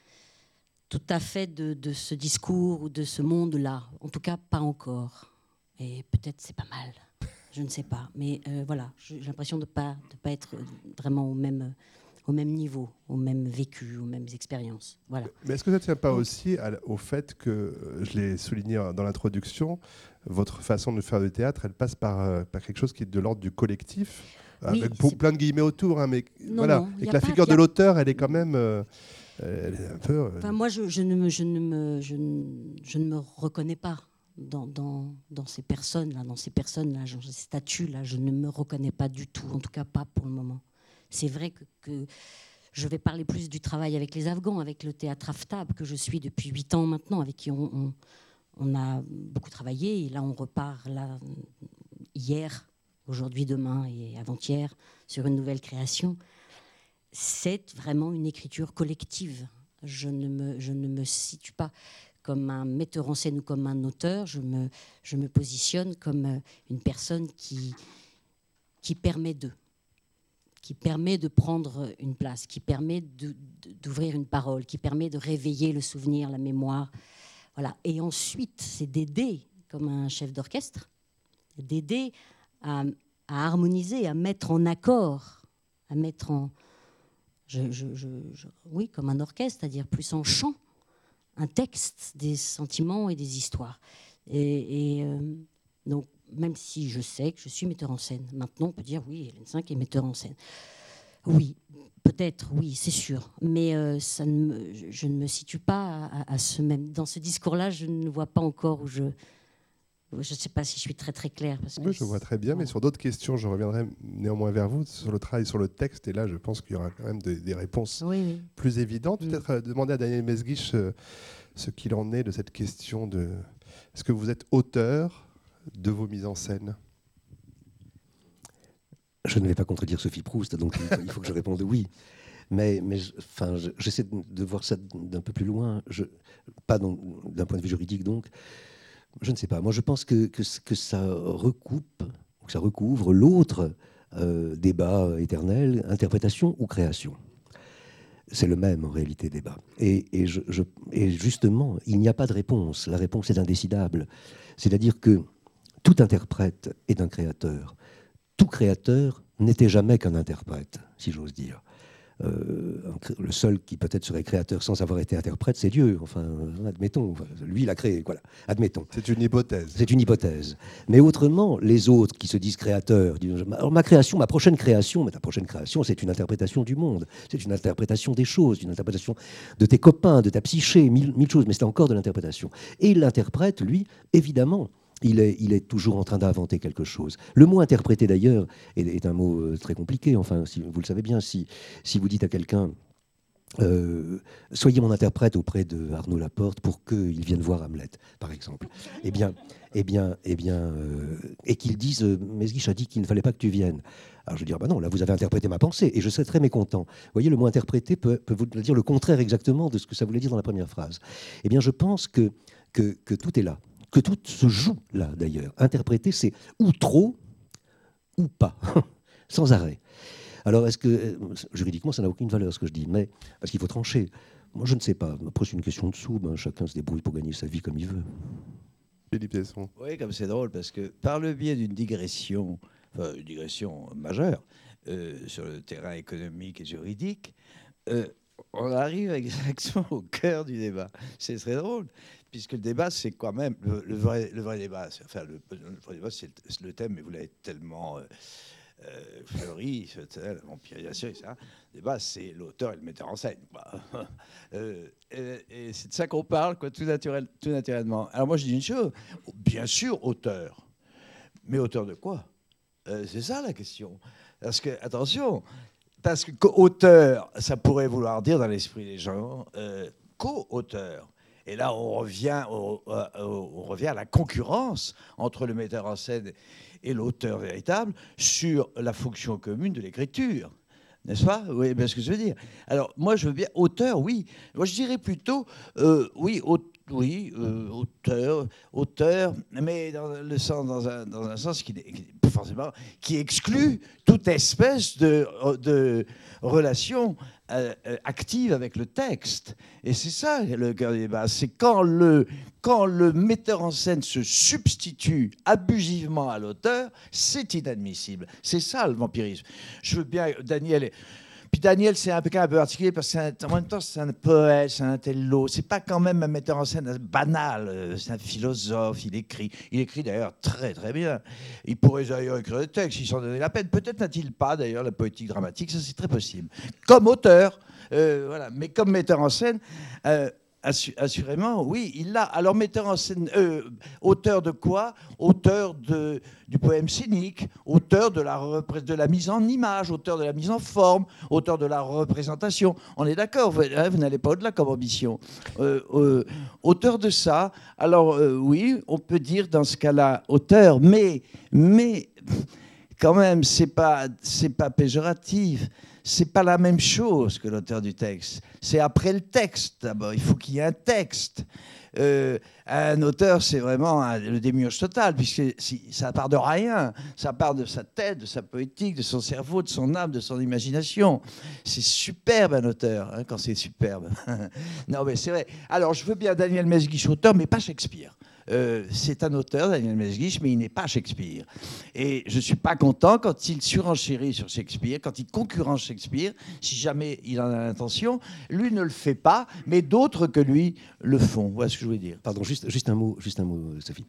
tout à fait de, de ce discours ou de ce monde-là. En tout cas, pas encore. Et peut-être c'est pas mal, je ne sais pas. Mais euh, voilà, j'ai l'impression de ne pas, de pas être vraiment au même, au même niveau, au même vécu, aux mêmes expériences. Voilà. Mais est-ce que ça ne tient pas aussi à, au fait que, je l'ai souligné dans l'introduction, votre façon de faire du théâtre, elle passe par, par quelque chose qui est de l'ordre du collectif, oui, avec plein de guillemets autour, hein, mais non, voilà, non, et que la pas, figure de l'auteur, elle est quand même... Euh, elle est un peu, euh... enfin, moi, je, je, ne me, je, ne me, je, ne, je ne me reconnais pas dans, dans, dans ces personnes-là, dans ces personnes-là, dans ces statuts-là. Je ne me reconnais pas du tout, en tout cas pas pour le moment. C'est vrai que, que je vais parler plus du travail avec les Afghans, avec le théâtre Aftab, que je suis depuis huit ans maintenant, avec qui on, on, on a beaucoup travaillé. Et là, on repart là, hier, aujourd'hui, demain et avant-hier, sur une nouvelle création. C'est vraiment une écriture collective. Je ne me, je ne me situe pas comme un metteur en scène ou comme un auteur. Je me, je me positionne comme une personne qui, qui permet d'eux. qui permet de prendre une place, qui permet de, de, d'ouvrir une parole, qui permet de réveiller le souvenir, la mémoire. Voilà. Et ensuite, c'est d'aider, comme un chef d'orchestre, d'aider à, à harmoniser, à mettre en accord, à mettre en... Je, je, je, je, oui, comme un orchestre, c'est-à-dire plus en chant, un texte, des sentiments et des histoires. Et, et euh, donc, même si je sais que je suis metteur en scène. Maintenant, on peut dire, oui, Hélène Cinq est metteur en scène. Oui, peut-être, oui, c'est sûr. Mais euh, ça ne me, je, je ne me situe pas à, à ce même... Dans ce discours-là, je ne vois pas encore où je... Je ne sais pas si je suis très, très claire. Parce que oui, je vois très bien, voilà. Mais sur d'autres questions, je reviendrai néanmoins vers vous, sur le travail sur le texte. Et là, je pense qu'il y aura quand même de, des réponses oui, oui. plus évidentes. Oui. Peut-être euh, demander à Daniel Mesguich euh, ce qu'il en est de cette question de... Est-ce que vous êtes auteur de vos mises en scène? Je ne vais pas contredire Sophie Proust, donc il faut que je réponde oui. Mais, mais enfin, j'essaie de voir ça d'un peu plus loin, je, pas d'un point de vue juridique donc. Je ne sais pas. Moi, je pense que, que, que ça recoupe, que ça recouvre l'autre euh, débat éternel, interprétation ou création. C'est le même en réalité débat. Et, et, je, je, et justement, il n'y a pas de réponse. La réponse est indécidable. C'est-à-dire que tout interprète est un créateur. Tout créateur n'était jamais qu'un interprète, si j'ose dire. Euh, le seul qui peut-être serait créateur sans avoir été interprète, c'est Dieu. Enfin, admettons. Lui, il a créé. Voilà. Admettons. C'est une hypothèse. C'est une hypothèse. Mais autrement, les autres qui se disent créateurs, disent, alors ma création, ma prochaine création, mais ta prochaine création, c'est une interprétation du monde. C'est une interprétation des choses, une interprétation de tes copains, de ta psyché, mille, mille choses. Mais c'est encore de l'interprétation. Et l'interprète, lui, évidemment. Il est, il est toujours en train d'inventer quelque chose. Le mot interpréter, d'ailleurs, est, est un mot euh, très compliqué. Enfin, si, vous le savez bien, si, si vous dites à quelqu'un euh, « Soyez mon interprète auprès de Arnaud Laporte pour qu'il vienne voir Hamlet », par exemple, eh bien, eh bien, eh bien, euh, et qu'il dise euh, « Mesguich a dit qu'il ne fallait pas que tu viennes ». Alors je vais dire bah « Non, là, vous avez interprété ma pensée et je serais très mécontent ». Vous voyez, le mot « interpréter » peut, peut vous dire le contraire exactement de ce que ça voulait dire dans la première phrase. Eh bien, je pense que, que, que tout est là. Que tout se joue là, d'ailleurs. Interpréter, c'est ou trop, ou pas, sans arrêt. Alors, est-ce que, juridiquement, ça n'a aucune valeur, ce que je dis, mais parce qu'il faut trancher. Moi, je ne sais pas. Après, c'est une question de sous. Ben, chacun se débrouille pour gagner sa vie comme il veut. Philippe Tesson. Oui, comme c'est drôle, parce que par le biais d'une digression, enfin, une digression majeure, euh, sur le terrain économique et juridique, euh, on arrive exactement au cœur du débat. C'est très drôle, puisque le débat, c'est quand même le, le, vrai, le vrai débat. Enfin, le, le vrai débat, c'est le, le thème, mais vous l'avez tellement euh, euh, fleuri, la vampirisation, et cetera. Le débat, c'est l'auteur et le metteur en scène. euh, et et c'est de ça qu'on parle, quoi, tout, naturel, tout naturellement. Alors moi, je dis une chose. Bien sûr, auteur. Mais auteur de quoi? euh, C'est ça la question. Parce que, attention... Parce que co-auteur, ça pourrait vouloir dire dans l'esprit des gens euh, co-auteur. Et là, on revient, au, au, on revient à la concurrence entre le metteur en scène et l'auteur véritable sur la fonction commune de l'écriture. N'est-ce pas? Oui, bien ce que je veux dire. Alors, moi, je veux bien auteur, oui. Moi, je dirais plutôt, euh, oui, auteur. Oui, euh, auteur, auteur, mais dans le sens, dans un, dans un sens qui, qui, forcément, qui exclut toute espèce de, de relation euh, active avec le texte. Et c'est ça le cœur du débat. C'est quand le, quand le metteur en scène se substitue abusivement à l'auteur, c'est inadmissible. C'est ça le vampirisme. Je veux bien, Daniel... Puis Daniel, c'est un peu, un peu particulier parce qu'en même temps, c'est un poète, c'est un intello. C'est pas quand même un metteur en scène banal. C'est un philosophe. Il écrit. Il écrit d'ailleurs très très bien. Il pourrait d'ailleurs écrire des textes s'il s'en donnait la peine. Peut-être n'a-t-il pas d'ailleurs la poétique dramatique. Ça, c'est très possible. Comme auteur, euh, voilà. Mais comme metteur en scène. Euh, Assurément, oui, il l'a. Alors, metteur en scène, euh, auteur de quoi? Auteur de, du poème scénique, auteur de la, de la mise en image, auteur de la mise en forme, auteur de la représentation. On est d'accord, vous, hein, vous n'allez pas au-delà comme ambition. Euh, euh, auteur de ça, alors euh, oui, on peut dire dans ce cas-là auteur, mais, mais quand même, c'est pas, c'est pas péjoratif. C'est pas la même chose que l'auteur du texte. C'est après le texte, d'abord. Il faut qu'il y ait un texte. Euh, un auteur, c'est vraiment un, le démiurge total, puisque si, ça part de rien. Ça part de sa tête, de sa poétique, de son cerveau, de son âme, de son imagination. C'est superbe, un auteur, hein, quand c'est superbe. Non, mais c'est vrai. Alors, je veux bien Daniel Mesguich, auteur, mais pas Shakespeare. Euh, c'est un auteur, Daniel Mesguich, mais il n'est pas Shakespeare. Et je ne suis pas content quand il surenchérit sur Shakespeare, quand il concurrence Shakespeare, si jamais il en a l'intention. Lui ne le fait pas, mais d'autres que lui le font. Voilà ce que je voulais dire. Pardon, juste, juste un mot, juste un mot, Sophie.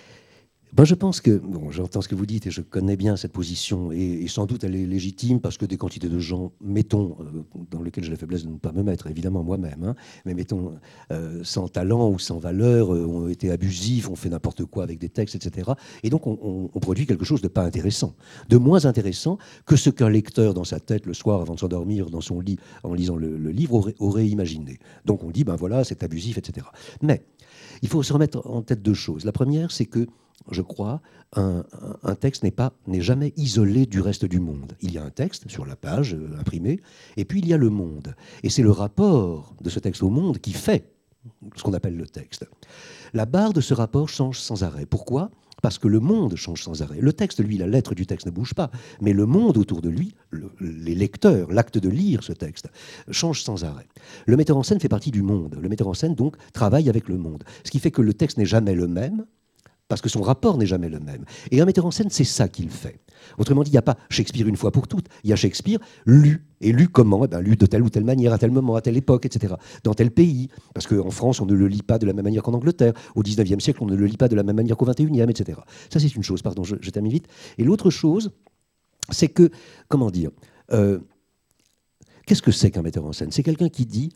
Ben, je pense que, bon, j'entends ce que vous dites et je connais bien cette position et, et sans doute elle est légitime parce que des quantités de gens, mettons, euh, dans lesquels j'ai la faiblesse de ne pas me mettre, évidemment moi-même, hein, mais mettons, euh, sans talent ou sans valeur, euh, ont été abusifs, ont fait n'importe quoi avec des textes, et cetera. Et donc on, on, on produit quelque chose de pas intéressant, de moins intéressant que ce qu'un lecteur dans sa tête le soir avant de s'endormir dans son lit en lisant le, le livre aurait, aurait imaginé. Donc on dit, ben voilà, c'est abusif, et cetera. Mais il faut se remettre en tête deux choses. La première, c'est que je crois, un, un texte n'est pas, n'est jamais isolé du reste du monde. Il y a un texte sur la page euh, imprimée, et puis il y a le monde. Et c'est le rapport de ce texte au monde qui fait ce qu'on appelle le texte. La barre de ce rapport change sans arrêt. Pourquoi ? Parce que le monde change sans arrêt. Le texte, lui, la lettre du texte ne bouge pas, mais le monde autour de lui, le, les lecteurs, l'acte de lire ce texte, change sans arrêt. Le metteur en scène fait partie du monde. Le metteur en scène, donc, travaille avec le monde. Ce qui fait que le texte n'est jamais le même, parce que son rapport n'est jamais le même. Et un metteur en scène, c'est ça qu'il fait. Autrement dit, il n'y a pas Shakespeare une fois pour toutes. Il y a Shakespeare lu. Et lu comment ? Eh bien, lu de telle ou telle manière, à tel moment, à telle époque, et cetera. Dans tel pays. Parce qu'en France, on ne le lit pas de la même manière qu'en Angleterre. Au dix-neuvième siècle, on ne le lit pas de la même manière qu'au vingt et unième, et cetera. Ça, c'est une chose. Pardon, je, je termine vite. Et l'autre chose, c'est que, comment dire, euh, qu'est-ce que c'est qu'un metteur en scène ? C'est quelqu'un qui dit...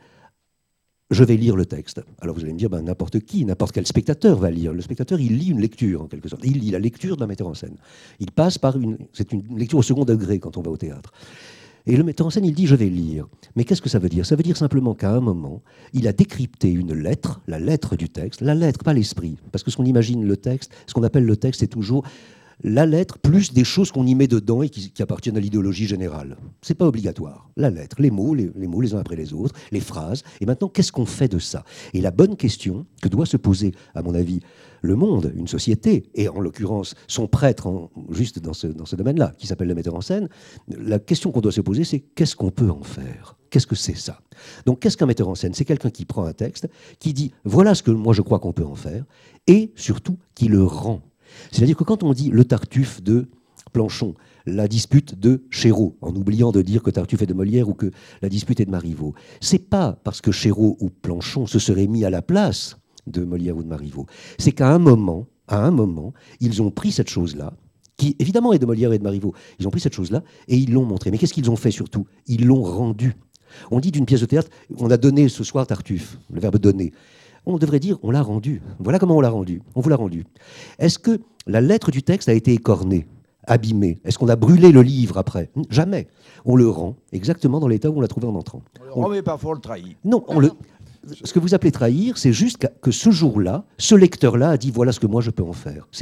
Je vais lire le texte. Alors vous allez me dire, ben, n'importe qui, n'importe quel spectateur va lire. Le spectateur, il lit une lecture, en quelque sorte. Il lit la lecture d'un metteur en scène. Il passe par une... C'est une lecture au second degré quand on va au théâtre. Et le metteur en scène, il dit, je vais lire. Mais qu'est-ce que ça veut dire ? Ça veut dire simplement qu'à un moment, il a décrypté une lettre, la lettre du texte, la lettre, pas l'esprit. Parce que ce qu'on imagine le texte, ce qu'on appelle le texte, c'est toujours... la lettre, plus des choses qu'on y met dedans et qui, qui appartiennent à l'idéologie générale. C'est pas obligatoire. La lettre, les mots, les, les mots les uns après les autres, les phrases. Et maintenant, qu'est-ce qu'on fait de ça ? Et la bonne question que doit se poser, à mon avis, le monde, une société, et en l'occurrence son prêtre, en, juste dans ce, dans ce domaine-là, qui s'appelle le metteur en scène, la question qu'on doit se poser, c'est qu'est-ce qu'on peut en faire ? Qu'est-ce que c'est ça ? Donc, qu'est-ce qu'un metteur en scène ? C'est quelqu'un qui prend un texte, qui dit « voilà ce que moi je crois qu'on peut en faire », et surtout, qui le rend. C'est-à-dire que quand on dit le Tartuffe de Planchon, la dispute de Chéreau, en oubliant de dire que Tartuffe est de Molière ou que la dispute est de Marivaux, c'est pas parce que Chéreau ou Planchon se seraient mis à la place de Molière ou de Marivaux. C'est qu'à un moment, à un moment, ils ont pris cette chose-là, qui évidemment est de Molière et de Marivaux, ils ont pris cette chose-là et ils l'ont montrée. Mais qu'est-ce qu'ils ont fait surtout ? Ils l'ont rendue. On dit d'une pièce de théâtre, on a donné ce soir Tartuffe, le verbe donner. On devrait dire, on l'a rendu. Voilà comment on l'a rendu. On vous l'a rendu. Est-ce que la lettre du texte a été écornée, abîmée ? Est-ce qu'on a brûlé le livre après ? Jamais. On le rend exactement dans l'état où on l'a trouvé en entrant. On le rend, mais parfois on le trahit. Non, on le... ce que vous appelez trahir, c'est juste que ce jour-là, ce lecteur-là a dit, voilà ce que moi je peux en faire. C'est tout.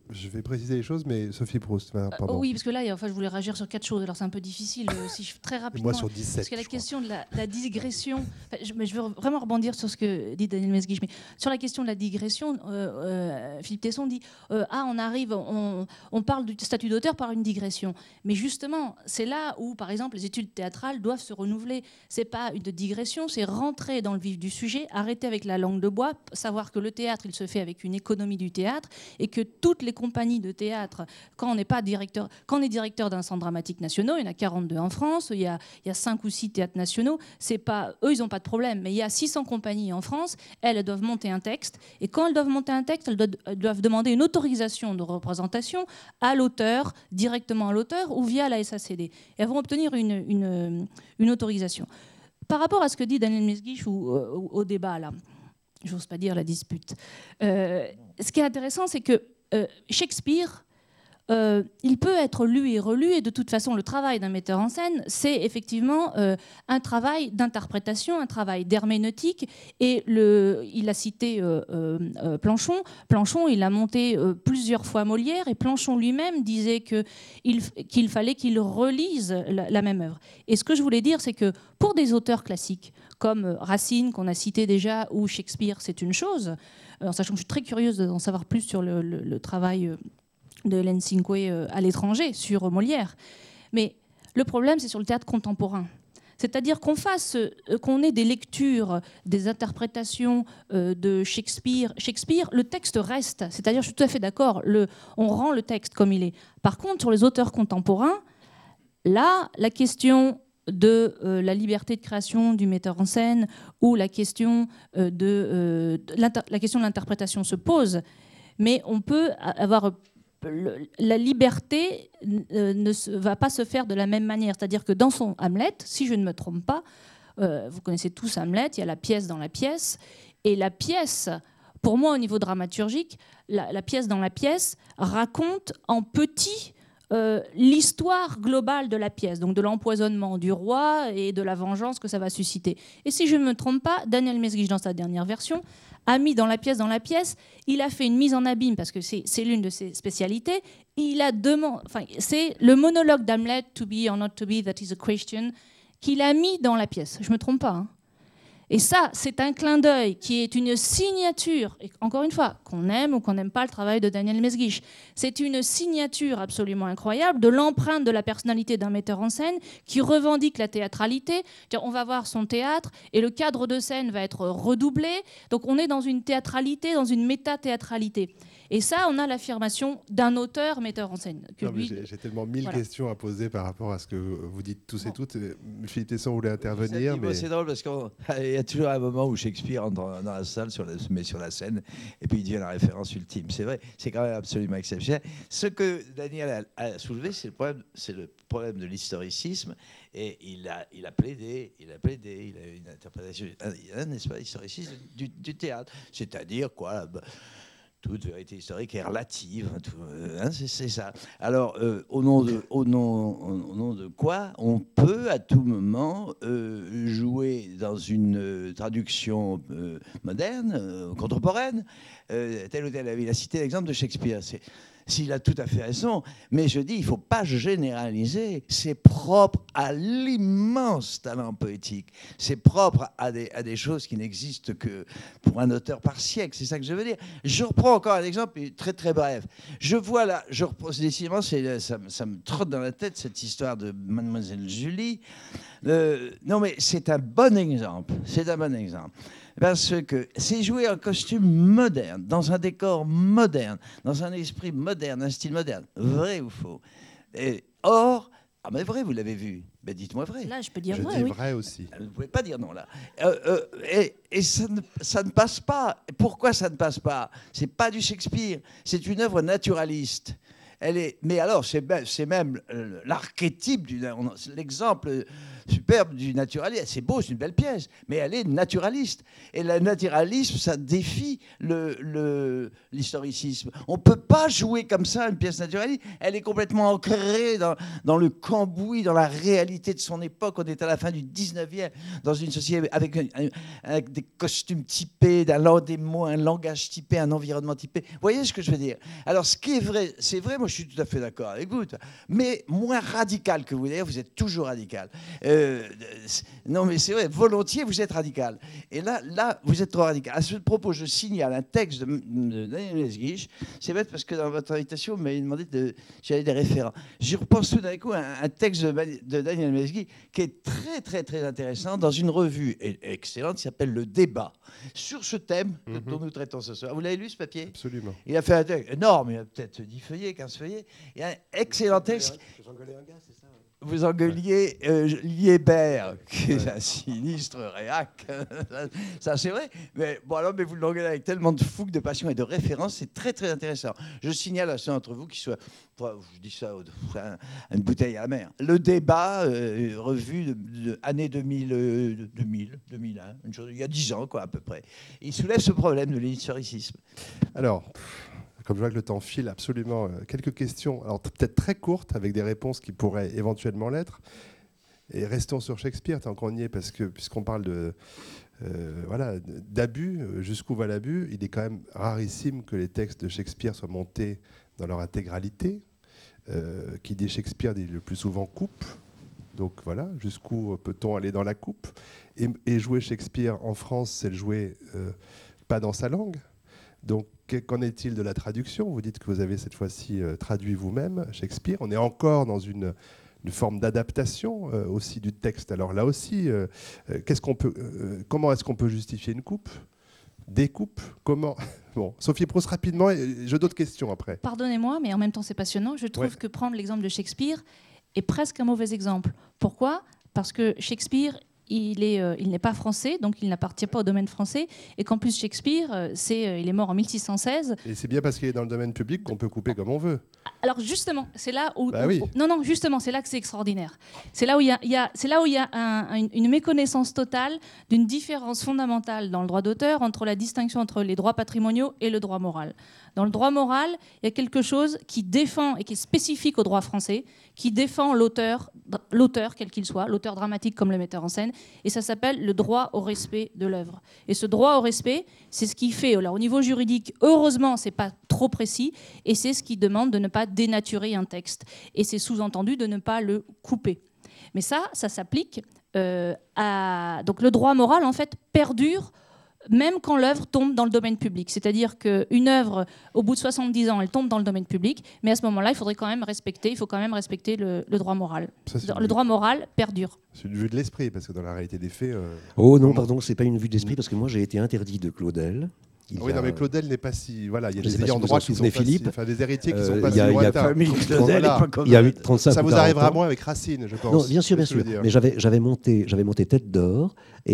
Je vais préciser les choses, mais Sophie Proust, enfin, Euh, pardon. oui, parce que là, enfin, je voulais réagir sur quatre choses. Alors c'est un peu difficile, euh, si je très Et rapidement. moi sur dix-sept. Parce que la je crois. question de la, la digression, enfin, je, mais je veux vraiment rebondir sur ce que dit Daniel Mesguich, mais sur la question de la digression, euh, euh, Philippe Tesson dit euh, ah, on arrive, on, on parle du statut d'auteur par une digression. Mais justement, c'est là où, par exemple, les études théâtrales doivent se renouveler. C'est pas une digression, c'est rentrer dans le vif du sujet, arrêter avec la langue de bois, savoir que le théâtre, il se fait avec une économie du théâtre et que toutes les compagnies de théâtre, quand on n'est pas directeur, quand on est directeur d'un centre dramatique national, il y en a quarante-deux en France, il y a, il y a cinq ou six théâtres nationaux, c'est pas, eux ils n'ont pas de problème, mais il y a six cents compagnies en France, elles, elles doivent monter un texte, et quand elles doivent monter un texte, elles doivent, elles doivent demander une autorisation de représentation à l'auteur, directement à l'auteur ou via la S A C D. Et elles vont obtenir une, une, une autorisation. Par rapport à ce que dit Daniel Mesguich ou au, au débat là, j'ose pas dire la dispute, euh, ce qui est intéressant, c'est que euh, Shakespeare, Euh, il peut être lu et relu, et de toute façon, le travail d'un metteur en scène, c'est effectivement euh, un travail d'interprétation, un travail d'herméneutique. Et le, il a cité euh, euh, Planchon. Planchon, il a monté euh, plusieurs fois Molière, et Planchon lui-même disait que il, qu'il fallait qu'il relise la, la même œuvre. Et ce que je voulais dire, c'est que pour des auteurs classiques, comme Racine, qu'on a cité déjà, ou Shakespeare, c'est une chose, en sachant que je suis très curieuse d'en savoir plus sur le, le, le travail euh, de Hélène Cinque à l'étranger, sur Molière. Mais le problème, c'est sur le théâtre contemporain. C'est-à-dire qu'on fasse, qu'on ait des lectures, des interprétations de Shakespeare. Shakespeare, le texte reste. C'est-à-dire, je suis tout à fait d'accord, le, on rend le texte comme il est. Par contre, sur les auteurs contemporains, là, la question de euh, la liberté de création du metteur en scène ou la question, euh, de, euh, de la question de l'interprétation se pose. Mais on peut avoir... La liberté ne va pas se faire de la même manière. C'est-à-dire que dans son Hamlet, si je ne me trompe pas, euh, vous connaissez tous Hamlet, il y a la pièce dans la pièce, et la pièce, pour moi au niveau dramaturgique, la, la pièce dans la pièce raconte en petit euh, l'histoire globale de la pièce, donc de l'empoisonnement du roi et de la vengeance que ça va susciter. Et si je ne me trompe pas, Daniel Mesguich, dans sa dernière version, a mis dans la pièce, dans la pièce, il a fait une mise en abîme, parce que c'est, c'est l'une de ses spécialités. Il a demandé, enfin, c'est le monologue d'Hamlet, to be or not to be, that is a question, qu'il a mis dans la pièce. Je ne me trompe pas. Hein. Et ça, c'est un clin d'œil qui est une signature, et encore une fois, qu'on aime ou qu'on n'aime pas le travail de Daniel Mesguich, c'est une signature absolument incroyable de l'empreinte de la personnalité d'un metteur en scène qui revendique la théâtralité. On va voir son théâtre et le cadre de scène va être redoublé. Donc on est dans une théâtralité, dans une méta-théâtralité. Et ça, on a l'affirmation d'un auteur metteur en scène. Que non, lui... j'ai, j'ai tellement mille voilà. questions à poser par rapport à ce que vous dites tous bon. et toutes. Philippe Tesson voulait intervenir. C'est, mais... c'est drôle parce qu'il y a toujours un moment où Shakespeare entre dans la salle, sur la, met sur la scène, et puis il devient la référence ultime. C'est vrai, c'est quand même absolument exceptionnel. Ce que Daniel a, a soulevé, c'est le problème, c'est le problème de l'historicisme. Et il a, il a plaidé, il a plaidé, il a une interprétation, un, n'est-ce pas, historicisme du, du théâtre. C'est-à-dire quoi bah, toute vérité historique est relative, hein, tout, hein, c'est, c'est ça. Alors, euh, au, nom de, au, nom, au nom de quoi on peut à tout moment euh, jouer dans une euh, traduction euh, moderne, euh, contemporaine, euh, telle ou telle. Il a cité l'exemple de Shakespeare. C'est, S'il a tout à fait raison, mais je dis, il ne faut pas généraliser. C'est propre à l'immense talent poétique. C'est propre à des, à des choses qui n'existent que pour un auteur par siècle. C'est ça que je veux dire. Je reprends encore un exemple très très bref. Je vois là, je reprends, décidément, c'est, ça, ça me trotte dans la tête cette histoire de Mademoiselle Julie. Euh, non, mais c'est un bon exemple. C'est un bon exemple. Parce que c'est joué en costume moderne, dans un décor moderne, dans un esprit moderne, un style moderne. Vrai ou faux? Et, or, ah mais vrai, vous l'avez vu. Ben dites-moi vrai. Là, je peux dire je vrai, dis oui. vrai aussi. Vous ne pouvez pas dire non, là. Euh, euh, et et ça, ne, ça ne passe pas. Pourquoi ça ne passe pas? C'est pas du Shakespeare. C'est une œuvre naturaliste. Elle est, mais alors, c'est même l'archétype, l'exemple superbe du naturaliste. C'est beau, c'est une belle pièce, mais elle est naturaliste. Et le naturalisme, ça défie l'historicisme. On ne peut pas jouer comme ça une pièce naturaliste. Elle est complètement ancrée dans, dans le cambouis, dans la réalité de son époque. On est à la fin du dix-neuvième, dans une société avec, avec des costumes typés, un, des mots, un langage typé, un environnement typé. Vous voyez ce que je veux dire? Alors, ce qui est vrai, c'est vrai, moi je suis tout à fait d'accord avec vous, mais moins radical que vous. D'ailleurs, vous êtes toujours radical. Euh, non, mais c'est vrai, volontiers, vous êtes radical. Et là, là, vous êtes trop radical. À ce propos, je signale un texte de, de Daniel Mesguich. C'est bête parce que dans votre invitation, vous m'avez demandé de j'avais des référents. Je repense tout d'un coup à un, un texte de, de Daniel Mesguich qui est très, très, très intéressant dans une revue excellente qui s'appelle Le Débat, sur ce thème mm-hmm. dont nous traitons ce soir. Vous l'avez lu, ce papier? Absolument. Il a fait un texte énorme, il a peut-être dix feuillets, quinze feuillets. Il y a un excellent texte. J'engueulais un gars, c'est ça? Vous engueuliez euh, Liébert, qui est un sinistre réac. Ça, c'est vrai. Mais bon, alors, mais vous l'engueulez avec tellement de fougue, de passion et de référence, c'est très, très intéressant. Je signale à ceux d'entre vous qui soient, je dis ça, une bouteille à la mer. Le Débat, euh, revue de, de année deux mille, euh, deux mille, deux mille un, une chose, il y a dix ans, quoi, à peu près. Il soulève ce problème de l'historicisme. Alors. Comme je vois que le temps file, absolument. Quelques questions, alors peut-être très courtes, avec des réponses qui pourraient éventuellement l'être. Et restons sur Shakespeare, tant qu'on y est, parce que puisqu'on parle de euh, voilà, d'abus, jusqu'où va l'abus, il est quand même rarissime que les textes de Shakespeare soient montés dans leur intégralité. Euh, qui dit Shakespeare dit le plus souvent coupe. Donc voilà, jusqu'où peut-on aller dans la coupe? Et, et jouer Shakespeare en France, c'est le jouer euh, pas dans sa langue. Donc, qu'en est-il de la traduction? Vous dites que vous avez cette fois-ci euh, traduit vous-même Shakespeare. On est encore dans une, une forme d'adaptation euh, aussi du texte. Alors là aussi, euh, qu'est-ce qu'on peut, euh, comment est-ce qu'on peut justifier une coupe? Des coupes? Comment? Bon, Sophie Proust, rapidement, et j'ai d'autres questions après. Pardonnez-moi, mais en même temps, c'est passionnant. Je trouve ouais. que prendre l'exemple de Shakespeare est presque un mauvais exemple. Pourquoi? Parce que Shakespeare... Il est, euh, il n'est pas français, donc il n'appartient pas au domaine français, et qu'en plus Shakespeare, euh, c'est, euh, il est mort en mille six cent seize. Et c'est bien parce qu'il est dans le domaine public qu'on peut couper comme on veut. Alors justement, c'est là où, bah où, oui. où non non justement, c'est là que c'est extraordinaire. C'est là où il y a, il y a c'est là où il y a un, une, une méconnaissance totale d'une différence fondamentale dans le droit d'auteur entre la distinction entre les droits patrimoniaux et le droit moral. Dans le droit moral, il y a quelque chose qui défend et qui est spécifique au droit français, qui défend l'auteur, l'auteur quel qu'il soit, l'auteur dramatique comme le metteur en scène, et ça s'appelle le droit au respect de l'œuvre. Et ce droit au respect, c'est ce qui fait, alors au niveau juridique, heureusement, c'est pas trop précis, et c'est ce qui demande de ne pas dénaturer un texte. Et c'est sous-entendu de ne pas le couper. Mais ça, ça s'applique euh, à... Donc le droit moral, en fait, perdure même quand l'œuvre tombe dans le domaine public. C'est-à-dire qu'une œuvre, au bout de soixante-dix ans, elle tombe dans le domaine public, mais à ce moment-là, il faudrait quand même respecter, il faut quand même respecter le, le droit moral. Ça, le vue... droit moral perdure. C'est une vue de l'esprit, parce que dans la réalité des faits... Euh, oh non, pardon, c'est pas une vue de l'esprit, parce que moi, j'ai été interdit de Claudel. Il oui, a... non, mais Claudel n'est pas si... Voilà, il y a des ayants droit qui sont Philippe. pas si... Enfin, des héritiers qui euh, sont pas si lointains. Il y a eu trente-cinq Ça vous arrivera moins avec Racine, je pense. Non, bien sûr, bien sûr. Mais j'avais, j'avais, monté, j'avais monté Tête d'Or,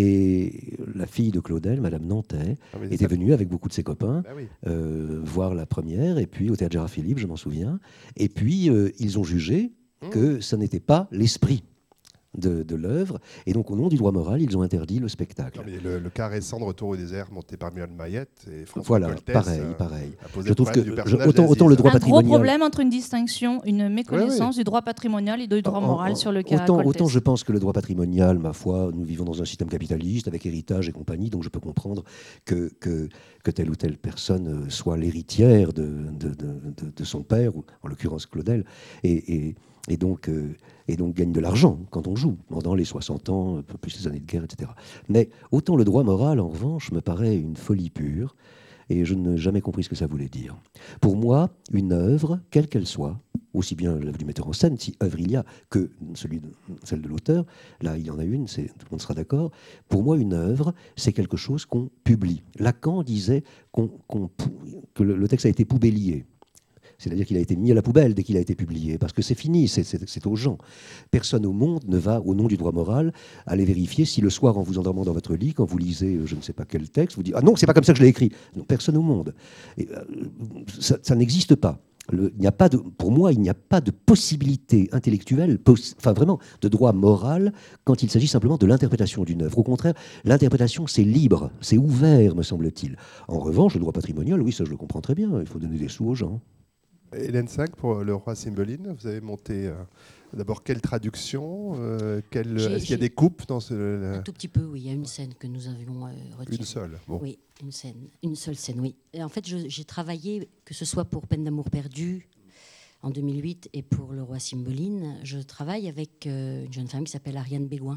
et la fille de Claudel, Madame Nantais, ah, était ça... venue avec beaucoup de ses copains bah oui. euh, voir la première, et puis au Théâtre Gérard Philippe, je m'en souviens. Et puis, euh, ils ont jugé mmh. que ça n'était pas l'esprit de, de l'œuvre, et donc au nom du droit moral, ils ont interdit le spectacle. Non, mais le, le cas récent de Retour au désert, monté par Muriel Mayette et François Voilà, Coltès, pareil, euh, pareil. Je trouve que je, autant, autant le droit un patrimonial... gros problème entre une distinction, une méconnaissance oui, oui. du droit patrimonial et du droit en, moral en, sur le cas autant, Coltès. Autant je pense que le droit patrimonial, ma foi, nous vivons dans un système capitaliste avec héritage et compagnie, donc je peux comprendre que, que, que telle ou telle personne soit l'héritière de, de, de, de, de son père, ou en l'occurrence Claudel, et, et Et donc, euh, et donc gagne de l'argent quand on joue, pendant les soixante ans, plus les années de guerre, et cetera. Mais autant le droit moral, en revanche, me paraît une folie pure, et je n'ai jamais compris ce que ça voulait dire. Pour moi, une œuvre, quelle qu'elle soit, aussi bien l'œuvre du metteur en scène, si œuvre il y a, que celui de, celle de l'auteur, là il y en a une, c'est, tout le monde sera d'accord, pour moi une œuvre, c'est quelque chose qu'on publie. Lacan disait qu'on, qu'on, que le, le texte a été poubellier. C'est-à-dire qu'il a été mis à la poubelle dès qu'il a été publié, parce que c'est fini, c'est, c'est, c'est aux gens. Personne au monde ne va, au nom du droit moral, aller vérifier si le soir, en vous endormant dans votre lit, quand vous lisez je ne sais pas quel texte, vous dites « Ah non, c'est pas comme ça que je l'ai écrit ». Non, personne au monde. Et, euh, ça, ça n'existe pas. Le, il n'y a pas de, pour moi, il n'y a pas de possibilité intellectuelle, poss, enfin vraiment, de droit moral quand il s'agit simplement de l'interprétation d'une œuvre. Au contraire, l'interprétation, c'est libre, c'est ouvert, me semble-t-il. En revanche, le droit patrimonial, oui, ça je le comprends très bien, il faut donner des sous aux gens. Hélène cinq, pour Le Roi Cymbeline, vous avez monté euh, d'abord quelle traduction euh, quelle, J'ai- Est-ce qu'il y a j'ai- des coupes dans ce... le- Un tout petit peu, oui. Il y a une scène que nous avions euh, retirée. Une seule, bon. Oui, une scène, une seule scène, oui. Et en fait, je- j'ai travaillé, que ce soit pour Peine d'amour perdu en deux mille huit et pour Le Roi Cymbeline, je travaille avec euh, une jeune femme qui s'appelle Ariane Bégoin,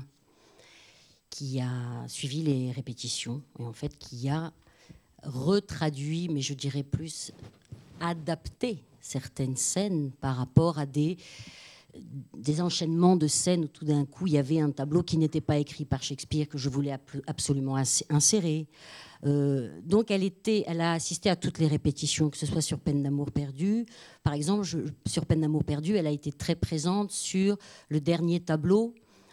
qui a suivi les répétitions et en fait qui a retraduit, mais je dirais plus adapté certaines scènes par rapport à des des enchaînements de scènes où tout d'un coup il y avait un tableau qui n'était pas écrit par Shakespeare que je voulais absolument insérer. Euh, donc elle, était, elle a assisté à toutes les répétitions, que ce soit sur Peine d'amour perdu. Par exemple, je, sur Peine d'amour perdu, elle a été très présente sur le dernier tableau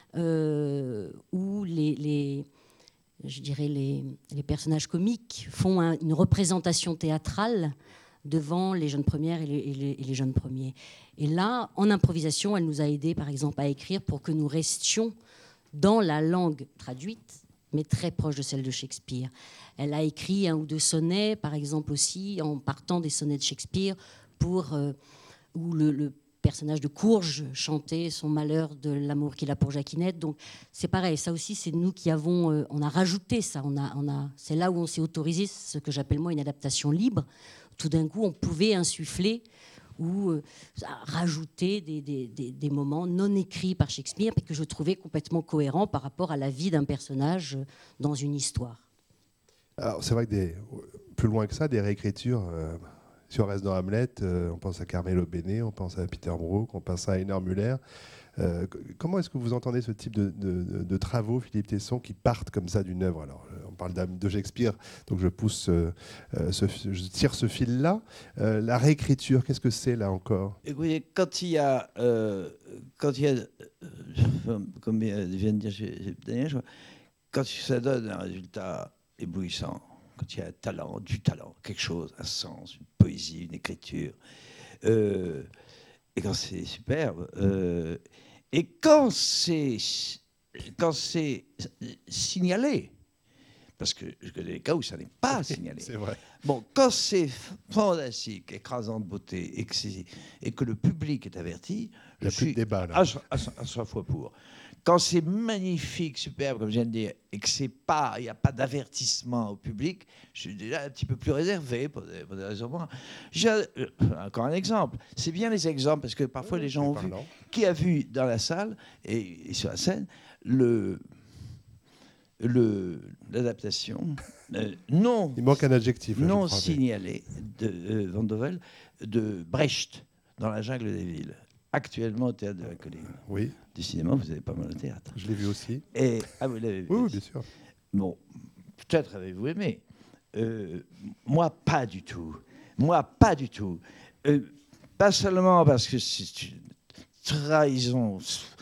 euh, où les, les, je dirais les, les personnages comiques font un, une représentation théâtrale devant les jeunes premières et les, et, les, et les jeunes premiers. Et là, en improvisation, elle nous a aidés, par exemple, à écrire pour que nous restions dans la langue traduite, mais très proche de celle de Shakespeare. Elle a écrit un ou deux sonnets, par exemple aussi, en partant des sonnets de Shakespeare, pour, euh, où le, le personnage de Courge chantait son malheur de l'amour qu'il a pour Jacquinette. Donc c'est pareil, ça aussi, c'est nous qui avons... Euh, on a rajouté ça, on a, on a, c'est là où on s'est autorisé ce que j'appelle moi une adaptation libre. Tout d'un coup, on pouvait insuffler ou euh, rajouter des, des, des, des moments non écrits par Shakespeare, mais que je trouvais complètement cohérents par rapport à la vie d'un personnage dans une histoire. Alors, c'est vrai que des, plus loin que ça, des réécritures, euh, si on reste dans Hamlet, euh, on pense à Carmelo Bene, on pense à Peter Brook, on pense à Einar Müller. Euh, comment est-ce que vous entendez ce type de, de, de, de travaux, Philippe Tesson, qui partent comme ça d'une œuvre? Alors, on parle de Shakespeare, donc je pousse, euh, ce, je tire ce fil-là. Euh, la réécriture, qu'est-ce que c'est là encore? Écoutez, quand il y a, euh, quand il y a, euh, comme vient de dire Daniel, quand ça donne un résultat éblouissant, quand il y a un talent, du talent, quelque chose, un sens, une poésie, une écriture, euh, et quand c'est superbe, euh, et quand c'est quand c'est signalé, parce que je connais des cas où ça n'est pas signalé. C'est vrai. Bon, quand c'est fantastique, écrasant de beauté, et que, et que le public est averti, il n'y a je plus suis de débat là. À, à, à cent fois pour. Quand c'est magnifique, superbe, comme je viens de dire, et que c'est pas, il n'y a pas d'avertissement au public, je suis déjà un petit peu plus réservé pour des, pour des raisons. J'ai euh, encore un exemple. C'est bien les exemples parce que parfois oui, les gens ont vu. parlant. Qui a vu dans la salle et, et sur la scène le le l'adaptation euh, non. Il manque un adjectif. Là, non je crois, signalé de euh, Van Dovel de Brecht dans La jungle des villes. Actuellement au théâtre de la Colline. Oui. Décidément, vous avez pas mal au théâtre. Je l'ai vu aussi. Et, ah, vous l'avez vu. Oui, oui, bien sûr. Bon, peut-être avez-vous aimé. Euh, moi, pas du tout. Moi, pas du tout. Euh, pas seulement parce que c'est une trahison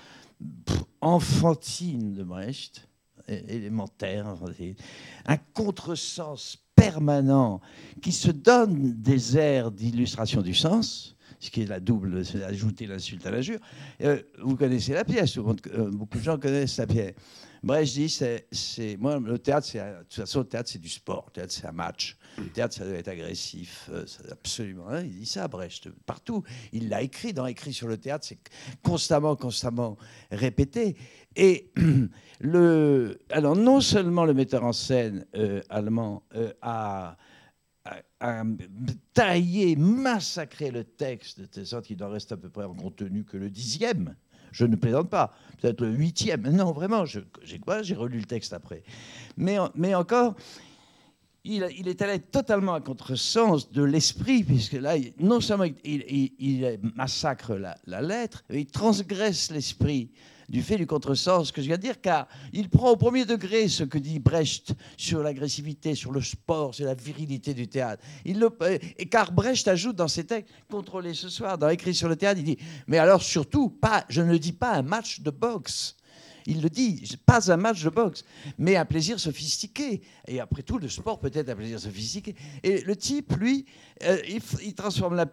enfantine de Brecht, élémentaire, enfantine, un contresens permanent qui se donne des airs d'illustration du sens, ce qui est la double, c'est ajouter l'insulte à l'injure. Euh, vous connaissez la pièce, euh, beaucoup de gens connaissent la pièce. Brecht dit, c'est, c'est, moi, le théâtre, c'est, de toute façon, le théâtre, c'est du sport. Le théâtre, c'est un match. Le théâtre, ça doit être agressif. Euh, ça, absolument. Hein, il dit ça, Brecht, partout. Il l'a écrit dans Écrit sur le théâtre. C'est constamment, constamment répété. Et le, alors, non seulement le metteur en scène euh, allemand euh, a... à tailler, massacrer le texte de telle sorte qu'il n'en reste à peu près en contenu que le dixième. Je ne plaisante pas. Peut-être le huitième. Non, vraiment, je, j'ai quoi J'ai relu le texte après. Mais, mais encore, il, il est allé totalement à contresens de l'esprit, puisque là, non seulement il, il, il massacre la, la lettre, mais il transgresse l'esprit du fait du contresens que je viens de dire, car il prend au premier degré ce que dit Brecht sur l'agressivité, sur le sport, sur la virilité du théâtre. Il le, et car Brecht ajoute dans ses textes, contrôlés ce soir, dans Écrit sur le théâtre, il dit, mais alors surtout, pas, je ne dis pas un match de boxe. Il le dit, pas un match de boxe, mais un plaisir sophistiqué. Et après tout, le sport peut être un plaisir sophistiqué. Et le type, lui, euh, il, il transforme la pièce.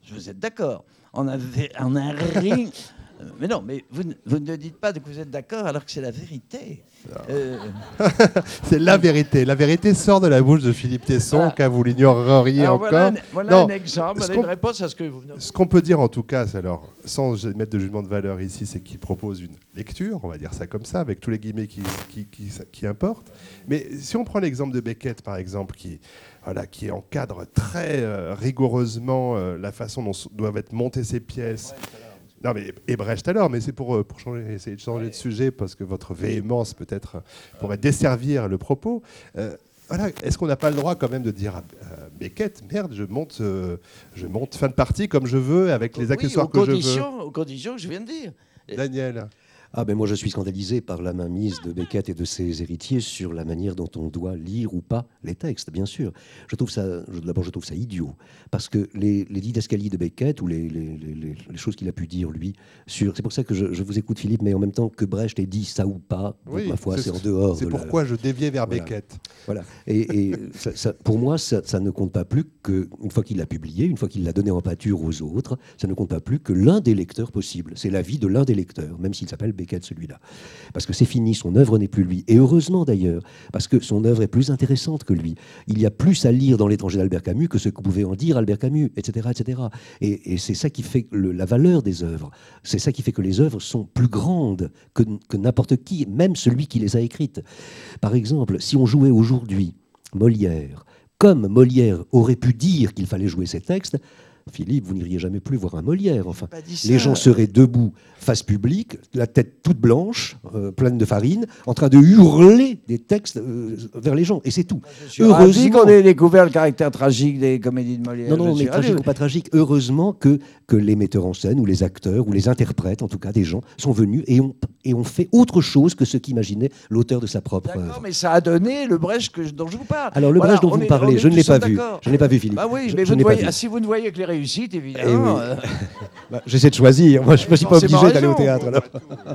Vous êtes d'accord. On a, on a rien. Mais non, mais vous, vous ne dites pas que vous êtes d'accord alors que c'est la vérité. Euh... C'est la vérité. La vérité sort de la bouche de Philippe Tesson, Ah. car vous l'ignoreriez Alors encore. voilà un, voilà Non, un exemple, ce voilà qu'on- une réponse à ce que vous venez de Ce qu'on peut dire en tout cas, c'est alors, sans mettre de jugement de valeur ici, c'est qu'il propose une lecture, on va dire ça comme ça, avec tous les guillemets qui, qui, qui, qui importent. Mais si on prend l'exemple de Beckett, par exemple, qui, voilà, qui encadre très euh, rigoureusement euh, la façon dont s- doivent être montées ces pièces. Non, mais et Brecht alors, mais c'est pour, euh, pour changer, essayer de changer de sujet, parce que votre véhémence peut-être euh, pourrait desservir le propos. Euh, voilà, est-ce qu'on n'a pas le droit quand même de dire à à Beckett, merde, je monte, euh, je monte fin de partie comme je veux, avec les Oui, accessoires aux que je conditions, aux conditions que je viens de dire. veux Daniel. Ah ben moi je suis scandalisé par la mainmise de Beckett et de ses héritiers sur la manière dont on doit lire ou pas les textes, bien sûr. Je trouve ça, je- d'abord je trouve ça idiot, parce que les, les didascalies de Beckett ou les, les- les- les- les choses qu'il a pu dire lui sur, c'est pour ça que je, je vous écoute Philippe, mais en même temps que Brecht ait dit ça ou pas, Oui, ma foi c'est- c'est en dehors. C'est de la- pourquoi je déviais vers Voilà. Beckett. Voilà. Et, et ça- ça- pour moi, ça, ça ne compte pas plus qu'une fois qu'il l'a publié, une fois qu'il l'a donné en pâture aux autres, ça ne compte pas plus que l'un des lecteurs possibles. C'est l'avis de l'un des lecteurs, même s'il s'appelle Beckett celui-là. Parce que c'est fini, son œuvre n'est plus lui. Et heureusement d'ailleurs, parce que son œuvre est plus intéressante que lui. Il y a plus à lire dans L'étranger d'Albert Camus que ce que pouvait en dire Albert Camus, et cetera et cetera. Et, et c'est ça qui fait le- la valeur des œuvres. C'est ça qui fait que les œuvres sont plus grandes que, que n'importe qui, même celui qui les a écrites. Par exemple, si on jouait aujourd'hui Molière, comme Molière aurait pu dire qu'il fallait jouer ces textes, Philippe, vous n'iriez jamais plus voir un Molière. Enfin, Pas dit les ça. gens seraient debout, face publique, la tête toute blanche, euh, pleine de farine, en train de hurler des textes euh, vers les gens. Et c'est tout. Je suis ravi Heureusement- qu'on ait découvert le caractère tragique des comédies de Molière. Non, non, Je mais suis tragique ravi. ou pas tragique, heureusement que, que les metteurs en scène, ou les acteurs, ou les interprètes, en tout cas des gens, sont venus et ont, et ont fait autre chose que ce qu'imaginait l'auteur de sa propre D'accord, œuvre. mais ça a donné le Brecht que, dont je vous parle. Alors, le Voilà, Brecht dont on vous est- parlez, on est je ne l'ai tous pas vu. d'accord. Je n'ai pas vu, Philippe. Bah oui, Je- mais je vous n'ai ne pas voyez, vu. ah, si vous ne voyez que les réussites, Eh évidemment. oui. euh, Bah, j'essaie de choisir. Moi, je ne suis pas forcément obligé d'aller au raison. théâtre. alors.